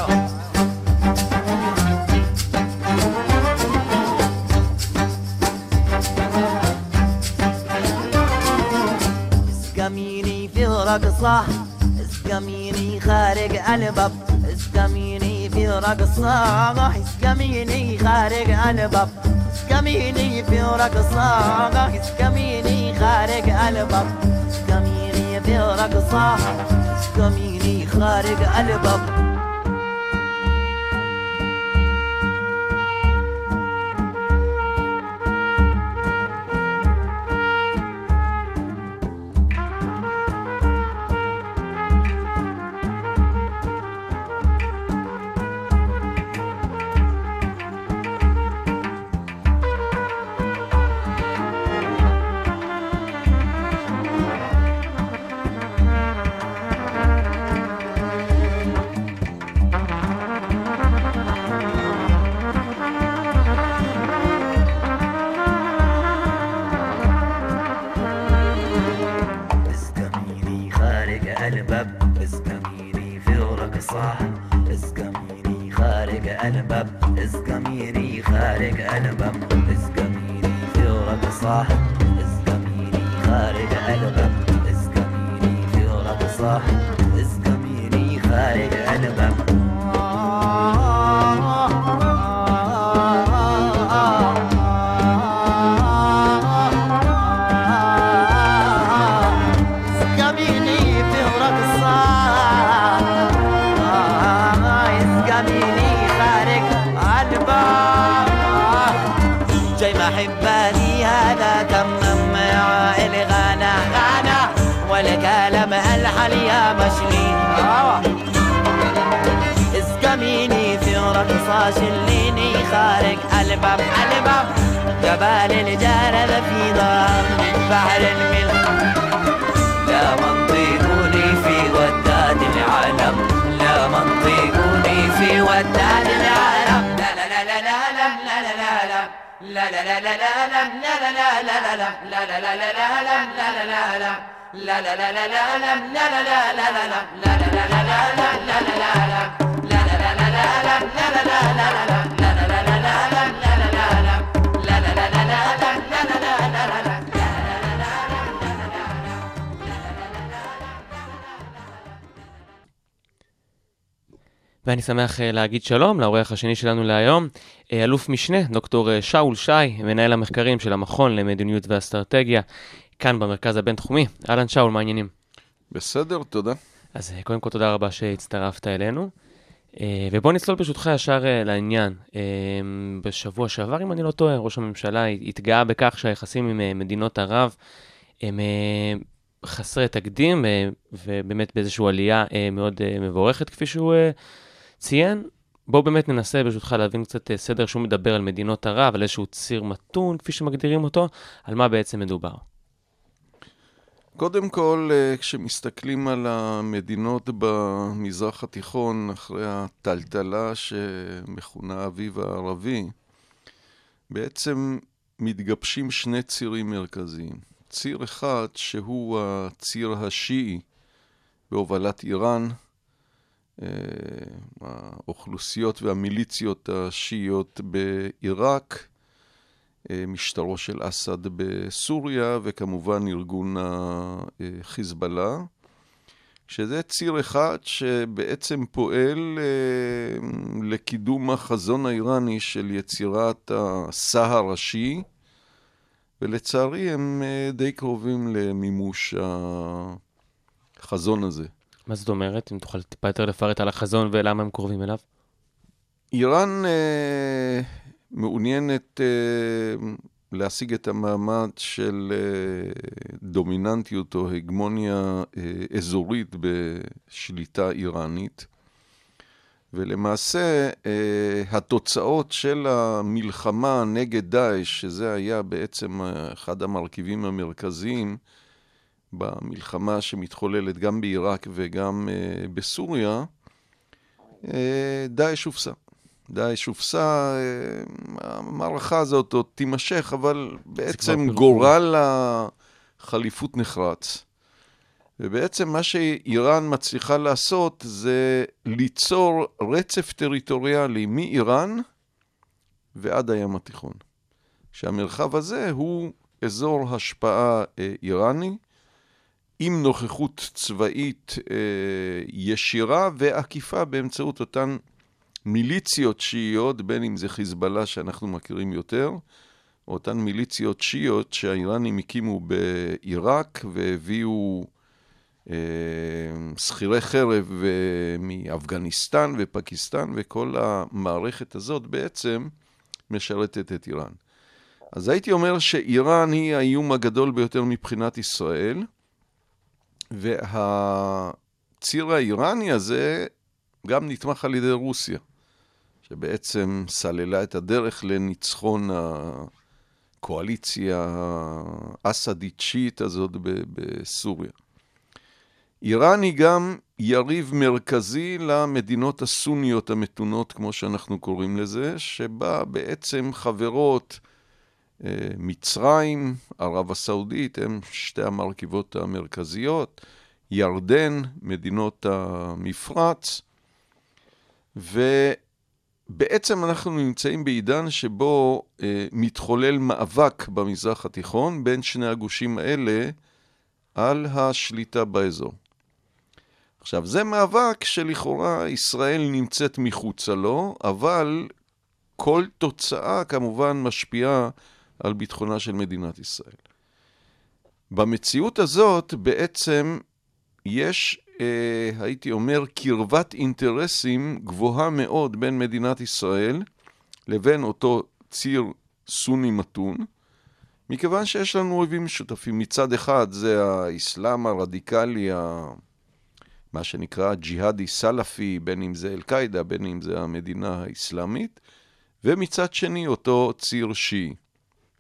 Speaker 7: اسقميني في رقصة اسقميني خارج الباب اسقميني في رقصة اسقميني خارج الباب اسقميني في رقصة اسقميني خارج الباب اسقميني في رقصة اسقميني خارج الباب اسقميني خارج الباب اسقميني في رقصة اسقميني خارج الباب اسقميني خارج الباب اسقميني في رقصة اسقميني خارج الباب اسقميني في رقصة اسقميني خارج الباب جاي محباني هذا تمم مع الغانا غانا والكلام الحليا مشلي اسقميني في رقصة شليني خارج الباب الباب جبال الجارة في ضم بحر الملح لا منطقوني في وداد العالم لا منطقوني في وداد العالم لا لا لا لا لا لا لا لا لا لا لا لا
Speaker 4: ואני שמח אה, להגיד שלום לאורח השני שלנו להיום, אה, אלוף משנה, דוקטור אה, שאול שי, מנהל המחקרים של המכון למדיניות ואסטרטגיה, כאן במרכז הבינתחומי. אהלן שאול, מה העניינים?
Speaker 8: בסדר, תודה.
Speaker 4: אז אה, קודם כל תודה רבה שהצטרפת אלינו. אה, ובוא נצלול ברשותך ישר אה, לעניין. אה, בשבוע שעבר, אם אני לא טועה, ראש הממשלה התגאה בכך שהיחסים עם אה, מדינות ערב הם אה, חסרי תקדים, אה, ובאמת באיזושהי עלייה אה, מאוד אה, מבורכת, כפי שהוא אה, ציין. בואו באמת ננסה ברשותך להבין קצת סדר שהוא מדבר על מדינות ערב, על איזשהו ציר מתון, כפי שמגדירים אותו, על מה בעצם מדובר.
Speaker 8: קודם כל, כשמסתכלים על המדינות במזרח התיכון, אחרי הטלטלה שמכונה האביב הערבי, בעצם מתגבשים שני צירים מרכזיים. ציר אחד שהוא הציר השיעי בהובלת איראן, האוכלוסיות והמיליציות השיעיות בעיראק, משטרו של אסד בסוריה, וכמובן ארגון החיזבאללה, שזה ציר אחד שבעצם פועל לקידום החזון האיראני של יצירת הסהר השיעי, ולצערי הם די קרובים למימוש החזון הזה.
Speaker 4: מה זאת אומרת? אם תוכל טיפה יותר לפרט על החזון ולמה הם קרובים אליו?
Speaker 8: איראן אה, מעוניינת אה, להשיג את המעמד של אה, דומיננטיות או הגמוניה אה, אזורית בשליטה איראנית, ולמעשה אה, התוצאות של המלחמה נגד דאעש, שזה היה בעצם אחד המרכיבים המרכזיים, במלחמה שמתחוללת גם בעיראק וגם uh, בסוריה, uh, דאעש הופסה. דאעש הופסה, uh, המערכה הזאת עוד תימשך, אבל בעצם גורל החליפות נחרץ. ובעצם מה שאיראן מצליחה לעשות זה ליצור רצף טריטוריאלי מאיראן ועד הים התיכון. שהמרחב הזה הוא אזור השפעה uh, איראני, עם נוכחות צבאית אה, ישירה ועקיפה באמצעות אותן מיליציות שיעיות, בין אם זה חיזבאללה שאנחנו מכירים יותר, או אותן מיליציות שיעיות שהאיראנים הקימו בעיראק והביאו אה, שכירי חרב מאפגניסטן ופקיסטן, וכל המערכת הזאת בעצם משרתת את איראן. אז הייתי אומר שאיראן היא האיום הגדול ביותר מבחינת ישראל, והציר האיראני הזה גם נתמך על ידי רוסיה, שבעצם סללה את הדרך לניצחון הקואליציה האסדית שיעית הזאת בסוריה. איראן היא גם יריב מרכזי למדינות הסוניות המתונות, כמו שאנחנו קוראים לזה, שבה בעצם חברות מצרים, ערב הסעודית, הם שתי המרכיבות המרכזיות, ירדן, מדינות המפרץ, ובעצם אנחנו נמצאים בעידן שבו אה, מתחולל מאבק במזרח התיכון בין שני הגושים האלה על השליטה באזור. עכשיו, זה מאבק שלכאורה ישראל נמצאת מחוצה לו, אבל כל תוצאה כמובן משפיעה על ביטחונה של מדינת ישראל. במציאות הזאת בעצם יש, אה, הייתי אומר, קרבת אינטרסים גבוהה מאוד בין מדינת ישראל לבין אותו ציר סוני מתון, מכיוון שיש לנו אויבים משותפים. מצד אחד זה האסלאם הרדיקלי, מה שנקרא ג'יהאדי סלאפי, בין אם זה אל-קאידה, בין אם זה המדינה האסלאמית, ומצד שני אותו ציר שיעי.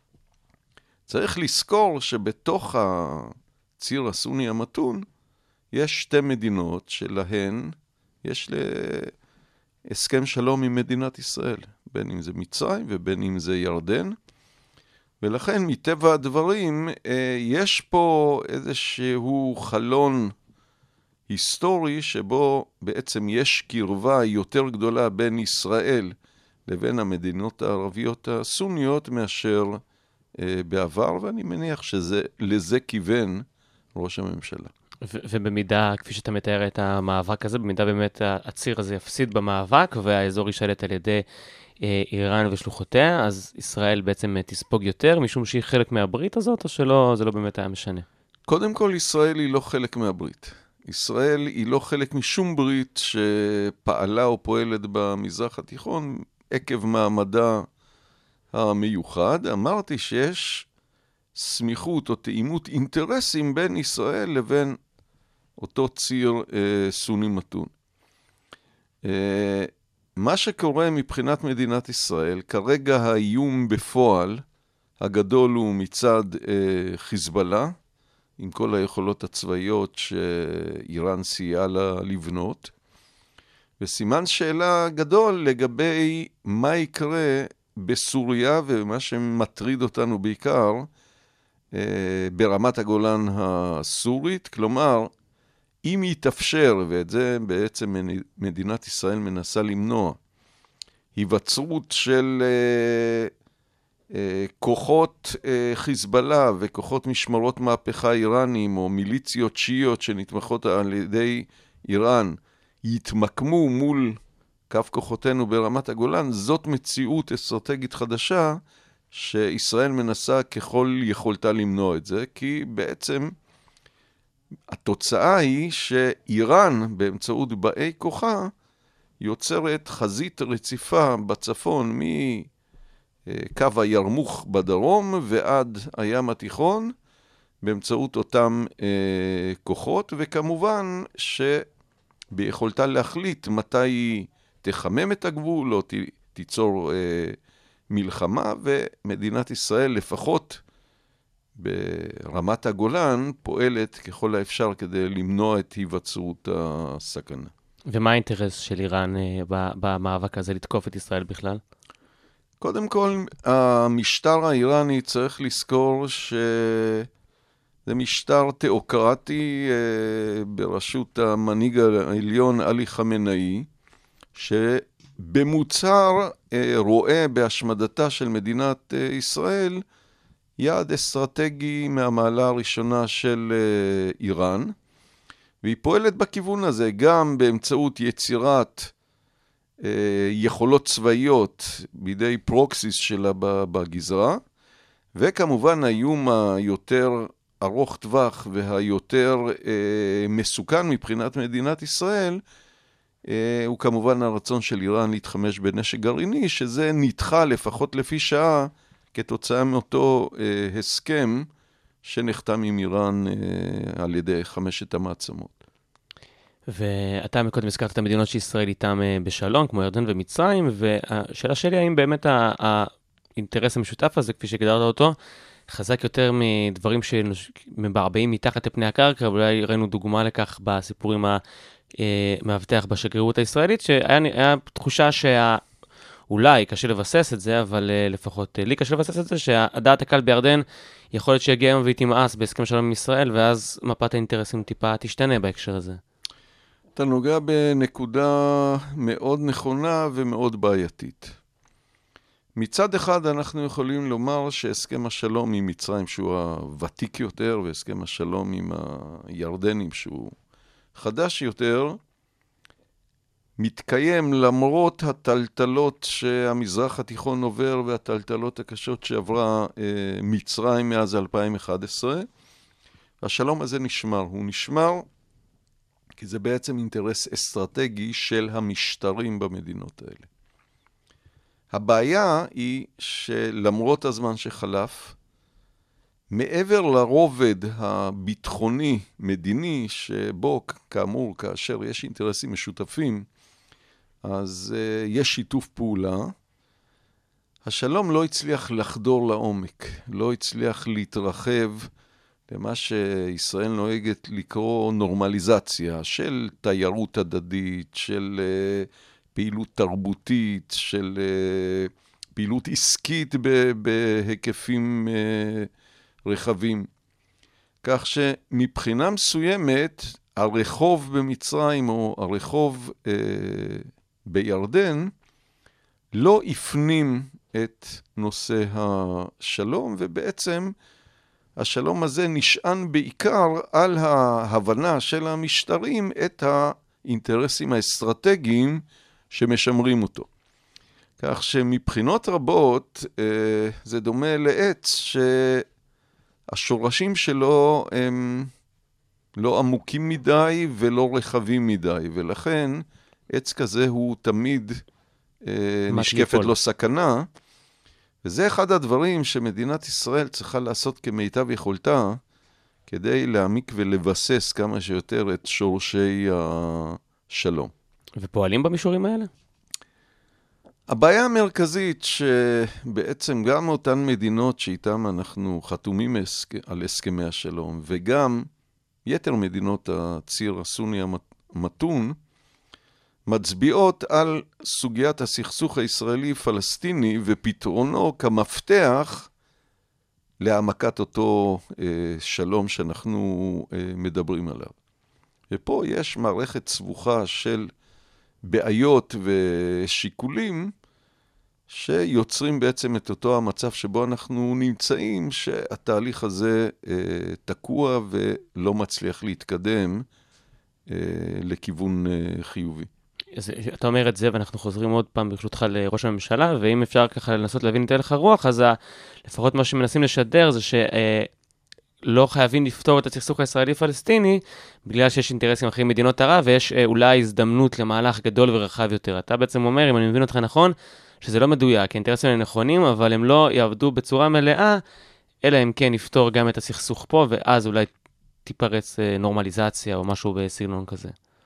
Speaker 8: צריך לזכור שבתוך הציר הסוני המתון, יש שתי מדינות שלהן יש להסכם שלום עם מדינת ישראל, בין אם זה מצרים ובין אם זה ירדן, ולכן מטבע הדברים יש פה איזשהו חלון היסטורי שבו בעצם יש קרבה יותר גדולה בין ישראל לבין המדינות הערביות הסוניות מאשר בעבר, ואני מניח שלזה כיוון ראש הממשלה.
Speaker 4: ו- ובמידה, כפי שאתה מתאר את המאבק הזה, במידה באמת הציר הזה יפסיד במאבק, והאזור יישלט על ידי אה, איראן ושלוחותיה, אז ישראל בעצם תספוג יותר, משום שהיא חלק מהברית הזאת, או שלא, זה לא באמת היה משנה?
Speaker 8: קודם כל, ישראל היא לא חלק מהברית. ישראל היא לא חלק משום ברית שפעלה או פועלת במזרח התיכון, עקב מעמדה המיוחד. אמרתי שיש סמיכות או תאימות אינטרסים בין ישראל לבין אותו ציר אה, סוני מתון. אה, מה שקורה מבחינת מדינת ישראל, כרגע האיום בפועל הגדול הוא מצד אה, חיזבאללה, עם כל היכולות הצבאיות שאיראן סייעה לה לבנות, וסימן שאלה גדול לגבי מה יקרה בסוריה, ומה שמטריד אותנו בעיקר, ברמת הגולן הסורית, כלומר, אם יתאפשר, ואת זה בעצם מדינת ישראל מנסה למנוע, היווצרות של כוחות חיזבאללה וכוחות משמרות מהפכה איראנים, או מיליציות שיעיות שנתמכות על ידי איראן, יתמקמו מול קו כוחותינו ברמת הגולן, זאת מציאות אסטרטגית חדשה, שישראל מנסה ככל יכולתה למנוע את זה, כי בעצם התוצאה היא שאיראן, באמצעות באי כוחה, יוצרת חזית רציפה בצפון מקו הירמוך בדרום ועד הים התיכון, באמצעות אותם אה, כוחות, וכמובן שביכולתה להחליט מתי היא תחמם את הגבול או ת, תיצור אה, מלחמה, ומדינת ישראל לפחות ברמת הגולן פועלת ככל האפשר כדי למנוע את היווצרות הסכנה. ומה
Speaker 4: האינטרס של איראן במאבק הזה לתקוף את ישראל בכלל?
Speaker 8: קודם כל, המשטר האיראני צריך לזכור שזה משטר תיאוקרטי בראשות המנהיג העליון עלי חמינאי, שבמוצהר רואה בהשמדתה של מדינת ישראל יעד אסטרטגי מהמעלה הראשונה של איראן, והיא פועלת בכיוון הזה גם באמצעות יצירת יכולות צבאיות בידי פרוקסיס שלה בגזרה, וכמובן האיום היותר ארוך טווח והיותר מסוכן מבחינת מדינת ישראל, הוא כמובן הרצון של איראן להתחמש בנשק גרעיני, שזה נדחה לפחות לפי שעה כתוצאה מאותו אה, הסכם שנחתם עם איראן אה, על ידי חמשת המעצמות.
Speaker 4: ואתה מקודם הזכרת את המדינות שישראל איתם אה, בשלום, כמו ירדן ומצרים, והשאלה שלי, האם באמת האינטרס המשותף הזה, כפי שגדרת אותו, חזק יותר מדברים שמבעבעים מתחת לפני הקרקע, ואולי ראינו דוגמה לכך בסיפורים המאבטח בשגרירות הישראלית, שהיה תחושה שה... אולי קשה לבסס את זה, אבל uh, לפחות uh, לי קשה לבסס את זה, שהדעת הקל בירדן יכול להיות שיגיע היום והיא תמאס בהסכם שלום עם ישראל, ואז מפת האינטרסים טיפה תשתנה בהקשר הזה.
Speaker 8: אתה נוגע בנקודה מאוד נכונה ומאוד בעייתית. מצד אחד אנחנו יכולים לומר שהסכם השלום עם מצרים, שהוא הוותיק יותר, והסכם השלום עם הירדנים, שהוא חדש יותר, מתקיים למרות הטלטלות שהמזרח התיכון עובר והטלטלות הקשות שעברה אה, מצרים מאז אלפיים ואחת עשרה. השלום הזה נשמר. הוא נשמר כי זה בעצם אינטרס אסטרטגי של המשטרים במדינות האלה. הבעיה היא שלמרות הזמן שחלף, מעבר לרובד הביטחוני מדיני, שבו כאמור כאשר יש אינטרסים משותפים, אז uh, יש שיתוף פעולה. השלום לא הצליח לחדור לעומק, לא הצליח להתרחב למה שישראל נוהגת לקרוא נורמליזציה של תיירות הדדית, של uh, פעילות תרבותית, של uh, פעילות עסקית בהיקפים uh, רחבים. כך שמבחינה מסוימת, הרחוב במצרים או הרחוב uh, בירדן לא הפנים את נושא השלום, ובעצם השלום הזה נשען בעיקר על ההבנה של המשטרים את האינטרסים האסטרטגיים שמשמרים אותו. כך שמבחינות רבות זה דומה לעץ שהשורשים שלו הם לא עמוקים מדי ולא רחבים מדי, ולכן עץ כזה הוא תמיד נשקפת לו סכנה, וזה אחד הדברים שמדינת ישראל צריכה לעשות כמיטב יכולתה, כדי להעמיק ולבסס כמה שיותר את שורשי השלום.
Speaker 4: ופועלים במישורים האלה?
Speaker 8: הבעיה המרכזית שבעצם גם אותן מדינות שאיתן אנחנו חתומים על הסכמי השלום, וגם יתר מדינות הציר הסוני המתון, מצביעות על סוגיית הסכסוך הישראלי-פלסטיני ופתרונו כמפתח להעמקת אותו אה, שלום שאנחנו אה, מדברים עליו. ופה יש מערכת סבוכה של בעיות ושיקולים שיוצרים בעצם את אותו המצב שבו אנחנו נמצאים, שהתהליך הזה אה, תקוע ולא מצליח להתקדם אה, לכיוון אה, חיובי.
Speaker 4: אז אתה אומר את זה, ואנחנו חוזרים עוד פעם ברשותך לראש הממשלה, ואם אפשר ככה לנסות להבין את הלך הרוח, אז לפחות מה שמנסים לשדר זה שלא חייבים לפתור את הסכסוך הישראלי-פלסטיני, בגלל שיש אינטרסים אחרים מדינות ערב, ויש אולי הזדמנות למהלך גדול ורחב יותר. אתה בעצם אומר, אם אני מבין אותך נכון, שזה לא מדויק, האינטרסים האלה נכונים, אבל הם לא יעבדו בצורה מלאה, אלא אם כן יפתור גם את הסכסוך פה, ואז אולי תיפרץ נורמליזציה או משהו בסגנון כזה.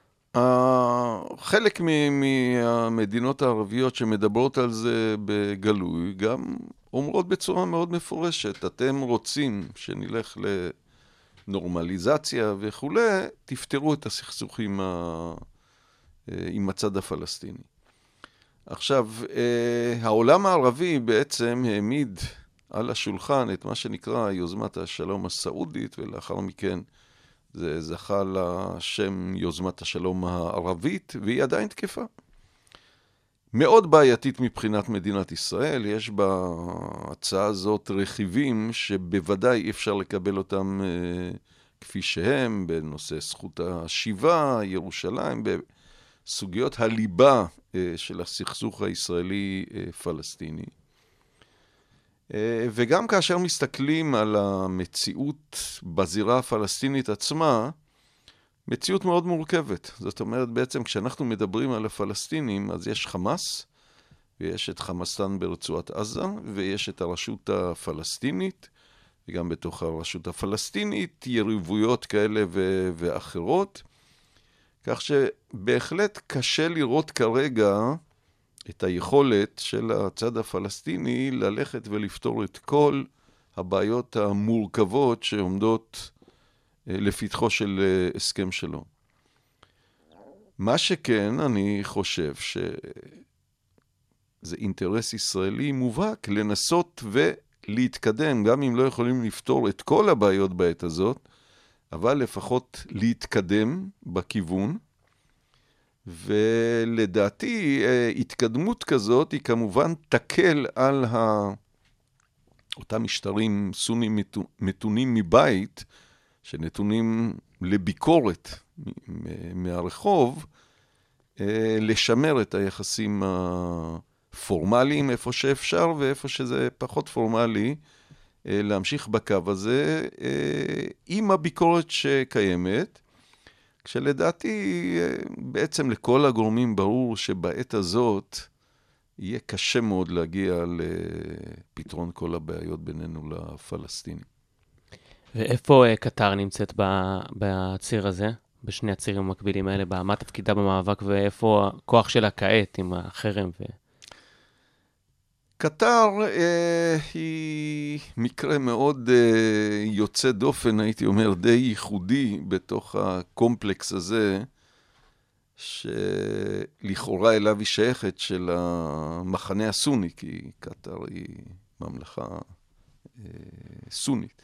Speaker 8: חלק מהמדינות הערביות שמדברות על זה בגלוי, גם אומרות בצורה מאוד מפורשת, אתם רוצים שנלך לנורמליזציה וכו', תפתרו את הסכסוכים עם הצד הפלסטיני. עכשיו, העולם הערבי בעצם העמיד על השולחן את מה שנקרא יוזמת השלום הסעודית, ולאחר מכן זה זכה לשם יוזמת השלום הערבית, והיא עדיין תקפה. מאוד בעייתית מבחינת מדינת ישראל, יש בהצעה הזאת רכיבים שבוודאי אי אפשר לקבל אותם אה, כפי שהם, בנושא זכות השיבה, ירושלים, בסוגיות הליבה אה, של הסכסוך הישראלי-פלסטיני. וגם כאשר מסתכלים על המציאות בזירה הפלסטינית עצמה, מציאות מאוד מורכבת. זאת אומרת, בעצם כשאנחנו מדברים על הפלסטינים, אז יש חמאס, ויש את חמאסטן ברצועת עזה, ויש את הרשות הפלסטינית, וגם בתוך הרשות הפלסטינית, יריבויות כאלה ו- ואחרות. כך שבהחלט קשה לראות כרגע את היכולת של הצד הפלסטיני ללכת ולפתור את כל הבעיות המורכבות שעומדות לפתחו של הסכם שלום. מה שכן, אני חושב שזה אינטרס ישראלי מובהק לנסות ולהתקדם, גם אם לא יכולים לפתור את כל הבעיות בעת הזאת, אבל לפחות להתקדם בכיוון, ולדעתי התקדמות כזאת היא כמובן תקל על ה... אותם משטרים סונים מתונים מבית, שנתונים לביקורת מהרחוב, לשמר את היחסים הפורמליים איפה שאפשר, ואיפה שזה פחות פורמלי, להמשיך בקו הזה עם הביקורת שקיימת, כשלדעתי בעצם לכל הגורמים ברור שבעת הזאת יהיה קשה מאוד להגיע לפתרון כל הבעיות בינינו לפלסטינים.
Speaker 4: ואיפה קטר נמצאת בציר הזה, בשני הצירים המקבילים האלה, מה תפקידה במאבק ואיפה הכוח שלה כעת עם החרם? ו...
Speaker 8: קטר אה, היא מקרה מאוד אה, יוצא דופן, הייתי אומר, די ייחודי בתוך הקומפלקס הזה, שלכאורה אליו היא שייכת של המחנה הסוני, כי קטר היא ממלכה אה, סונית.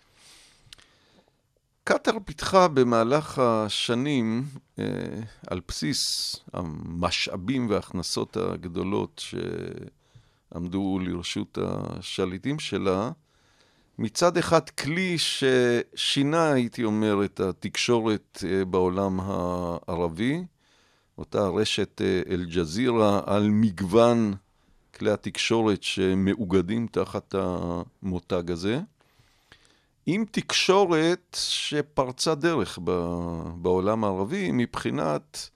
Speaker 8: קטר פיתחה במהלך השנים, אה, על בסיס המשאבים וההכנסות הגדולות שעמדו לרשות השליטים שלה, מצד אחד כלי ששינה, הייתי אומר, את התקשורת אה, בעולם הערבי, אותה רשת אה, אל-ג'זירה על מגוון כלי התקשורת שמאוגדים תחת המותג הזה, עם תקשורת שפרצה דרך בעולם הערבי מבחינת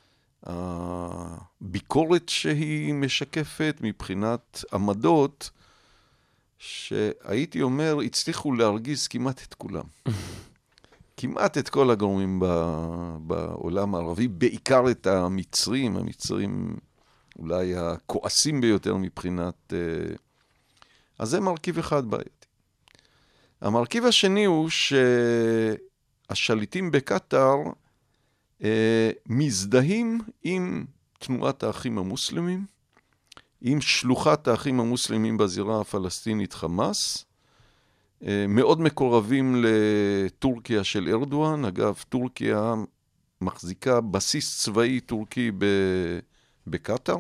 Speaker 8: הביקורת שהיא משקפת, מבחינת עמדות שהייתי אומר הצליחו להרגיז כמעט את כולם. כמעט את כל הגורמים בעולם הערבי, בעיקר את המצרים, המצרים אולי הכועסים ביותר מבחינת... אז זה מרכיב אחד בעייתי. המרכיב השני הוא שהשליטים בקטר אה, מזדהים עם תנועת האחים המוסלמים, עם שלוחת האחים המוסלמים בזירה הפלסטינית חמאס, אה, מאוד מקורבים לטורקיה של ארדואן. אגב, טורקיה מחזיקה בסיס צבאי טורקי בקטר,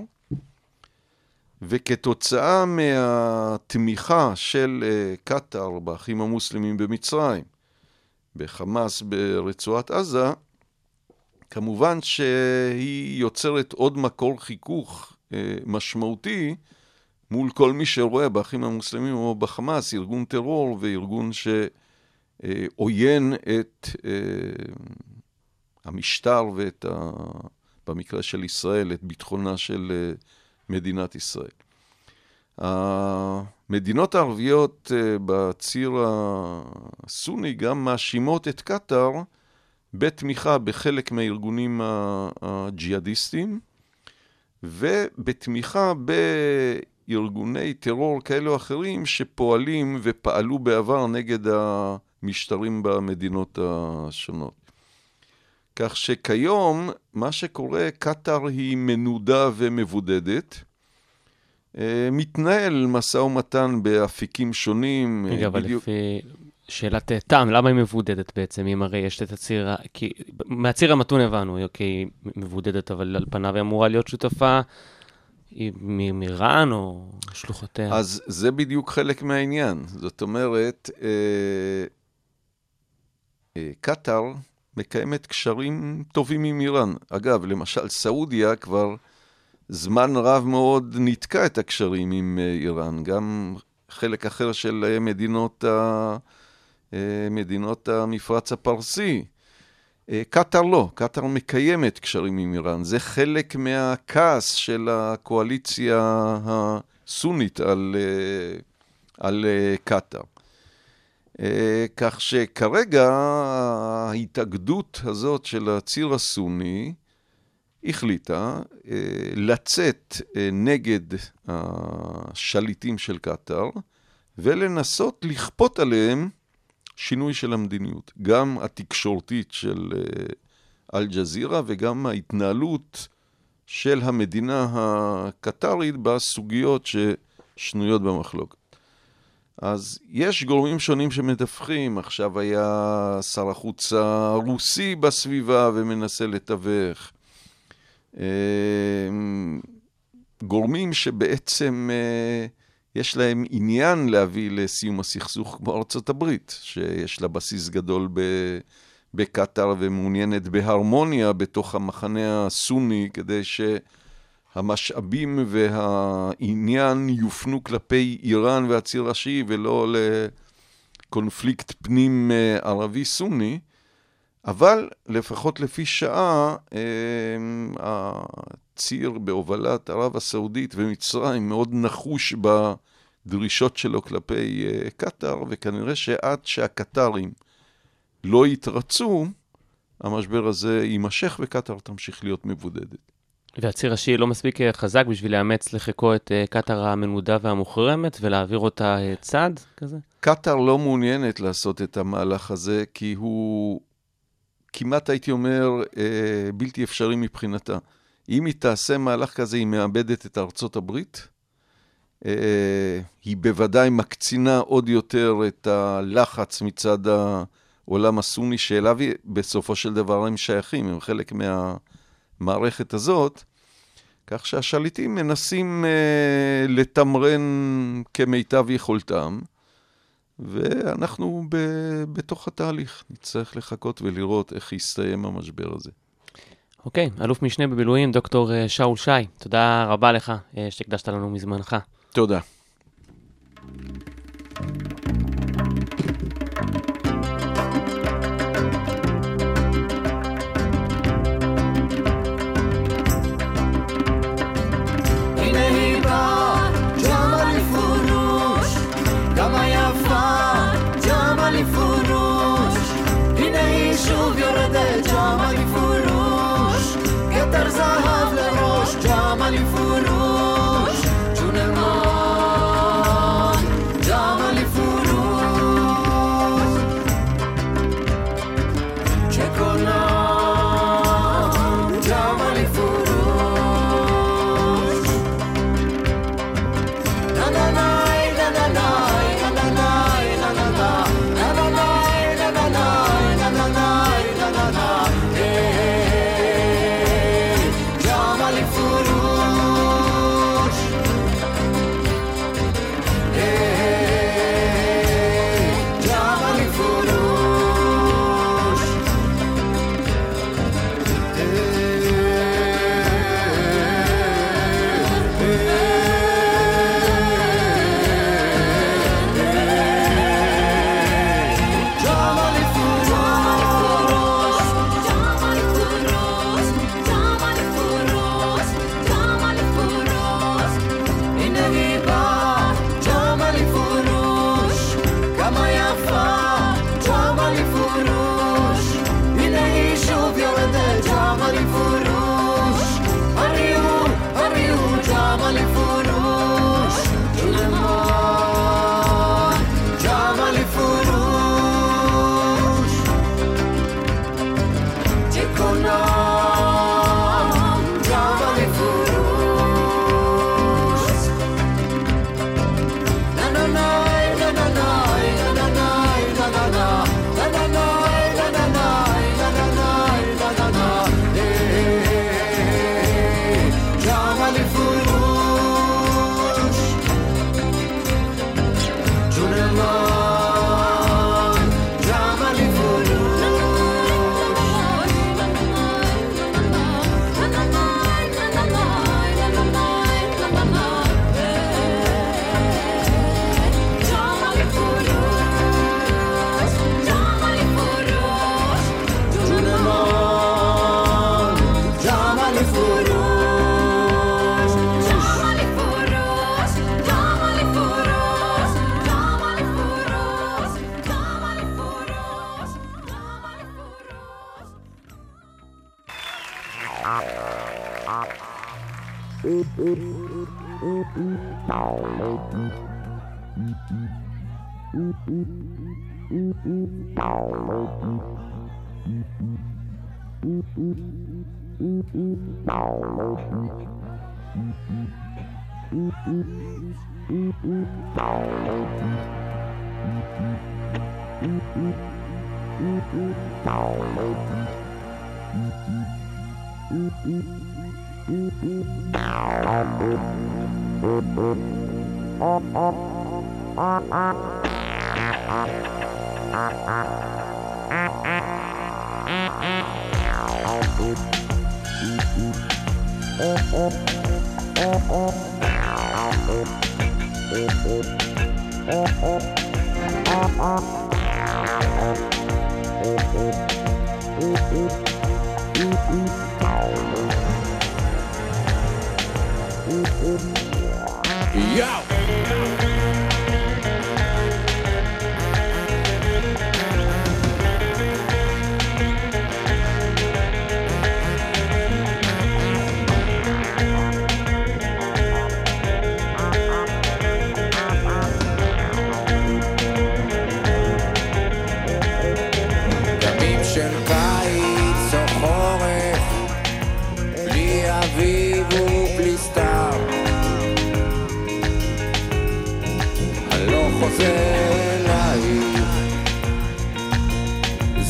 Speaker 8: וכתוצאה מהתמיכה של קטר באחים המוסלמים במצרים, בחמאס ברצועת עזה, כמובן שהיא יוצרת עוד מקור חיכוך משמעותי מול כל מי שרואה באחים המוסלמים או בחמאס ארגון טרור וארגון שעוין את המשטר ואת, ה... במקרה של ישראל, את ביטחונה של מדינת ישראל. המדינות הערביות בציר הסוני גם מאשימות את קטר בתמיכה בחלק מהארגונים הג'יהאדיסטים, ובתמיכה בארגוני טרור כאלו או אחרים שפועלים ופעלו בעבר נגד המשטרים במדינות השונות. כך שכיום מה שקורה, קטר היא מנודה ומבודדת, מתנהל משא ומתן באפיקים שונים.
Speaker 4: רגע, אבל לפי שאלת טעם, למה היא מבודדת בעצם? אם הרי יש את הציר, כי מהציר המתון הבנו, אוקיי, היא מבודדת, אבל על פניו היא אמורה להיות שותפה מאיראן או שלוחותיה.
Speaker 8: אז זה בדיוק חלק מהעניין. זאת אומרת, קטר מקיימת קשרים טובים עם איראן. אגב, למשל, סעודיה כבר זמן רב מאוד נתקע את הקשרים עם איראן. גם חלק אחר של מדינות, ה... מדינות המפרץ הפרסי. קטר לא, קטר מקיימת קשרים עם איראן. זה חלק מהכעס של הקואליציה הסונית על, על קטר. כך שכרגע ההתאגדות הזאת של הציר הסוני החליטה לצאת נגד השליטים של קטר ולנסות לכפות עליהם שינוי של המדיניות. גם התקשורתית של אל-ג'זירה וגם ההתנהלות של המדינה הקטרית בסוגיות ששנויות במחלוקת. אז יש גורמים שונים שמדווחים. עכשיו היה שר החוץ הרוסי בסביבה ומנסה לתווך. גורמים שבעצם יש להם עניין להביא לסיום הסכסוך כמו ארצות הברית, שיש לה בסיס גדול בקטר ומעוניינת בהרמוניה בתוך המחנה הסוני, כדי שהמשאבים והעניין יופנו כלפי איראן והציר השיעי ולא לקונפליקט פנים ערבי סוני. אבל לפחות לפי שעה, הציר בהובלת ערב הסעודית ומצרים מאוד נחוש בדרישות שלו כלפי קטר, וכנראה שעד שהקטרים לא יתרצו, המשבר הזה יימשך וקטר תמשיך להיות מבודדת.
Speaker 4: והציר השיעי לא מספיק חזק בשביל לאמץ לחיקו את uh, קטר המנודה והמוחרמת ולהעביר אותה uh, צד כזה?
Speaker 8: קטר לא מעוניינת לעשות את המהלך הזה, כי הוא כמעט הייתי אומר אה, בלתי אפשרי מבחינתה. אם היא תעשה מהלך כזה, היא מאבדת את ארצות הברית, אה, היא בוודאי מקצינה עוד יותר את הלחץ מצד העולם הסוני, שאליו בסופו של דבר הם שייכים, הם חלק מהמערכת הזאת, כך שהשליטים מנסים אה, לתמרן כמיטב יכולתם, ואנחנו ב- בתוך התהליך. נצטרך לחכות ולראות איך יסתיים המשבר הזה.
Speaker 4: אוקיי, אלוף משנה במילואים, דוקטור אה, שאול שי, תודה רבה לך אה, שהקדשת לנו מזמנך.
Speaker 8: תודה.
Speaker 7: שוב יורדת ג'מאלי פורוש, כתר זהב לראש ג'מאלי פורוש, ג'ון אלמן ג'מאלי פורוש, צ'קונה ג'מאלי פורוש, נה נה נה נה נה נה נה נה נה נה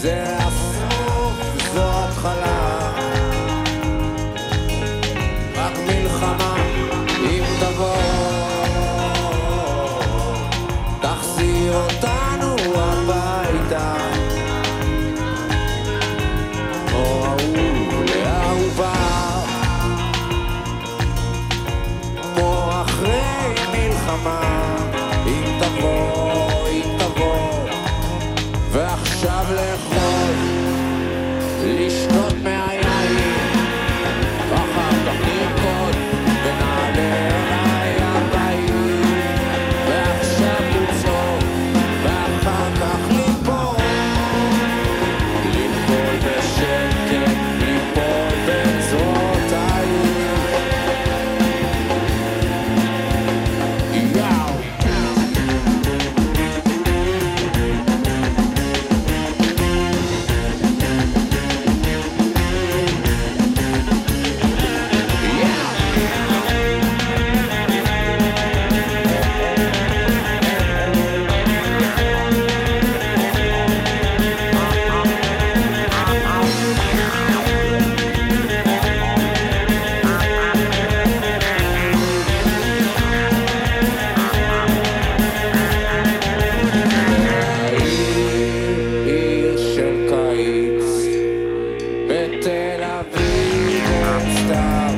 Speaker 9: זה הסוף, זו התחלה, רק מלחמה אם תבוא, תחזיר אותנו הביתה, או אהוב לאהובה, כמו אחרי מלחמה, אם תבוא, אם תבוא, ועכשיו לאכול, לשתות מהיין, ואחר כך לרקוד, ונעלה אליי הבית, ועכשיו לצעוק, ואחר כך ליפול, ליפול בשקט, ליפול בצרות העיר. יאו! עיר של קיץ בתל אביב עוד סתיו,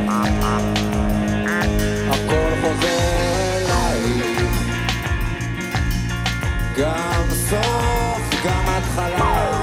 Speaker 9: הכל חוזר אליי, גם סוף גם התחלה,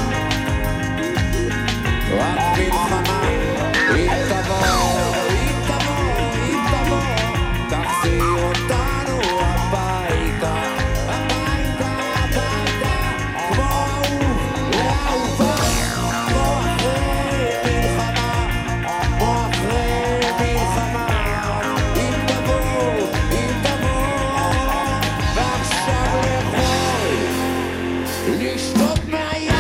Speaker 9: רק מלחמה אם תבוא, אם תבוא, אם תבוא, תחזיר אותנו הביתה, הביתה, הביתה, כמו אהוב לאהובה, כמו אחרי מלחמה, כמו אחרי מלחמה, אם תבוא, אם תבוא, ועכשיו לאכול, לשתות מהיין.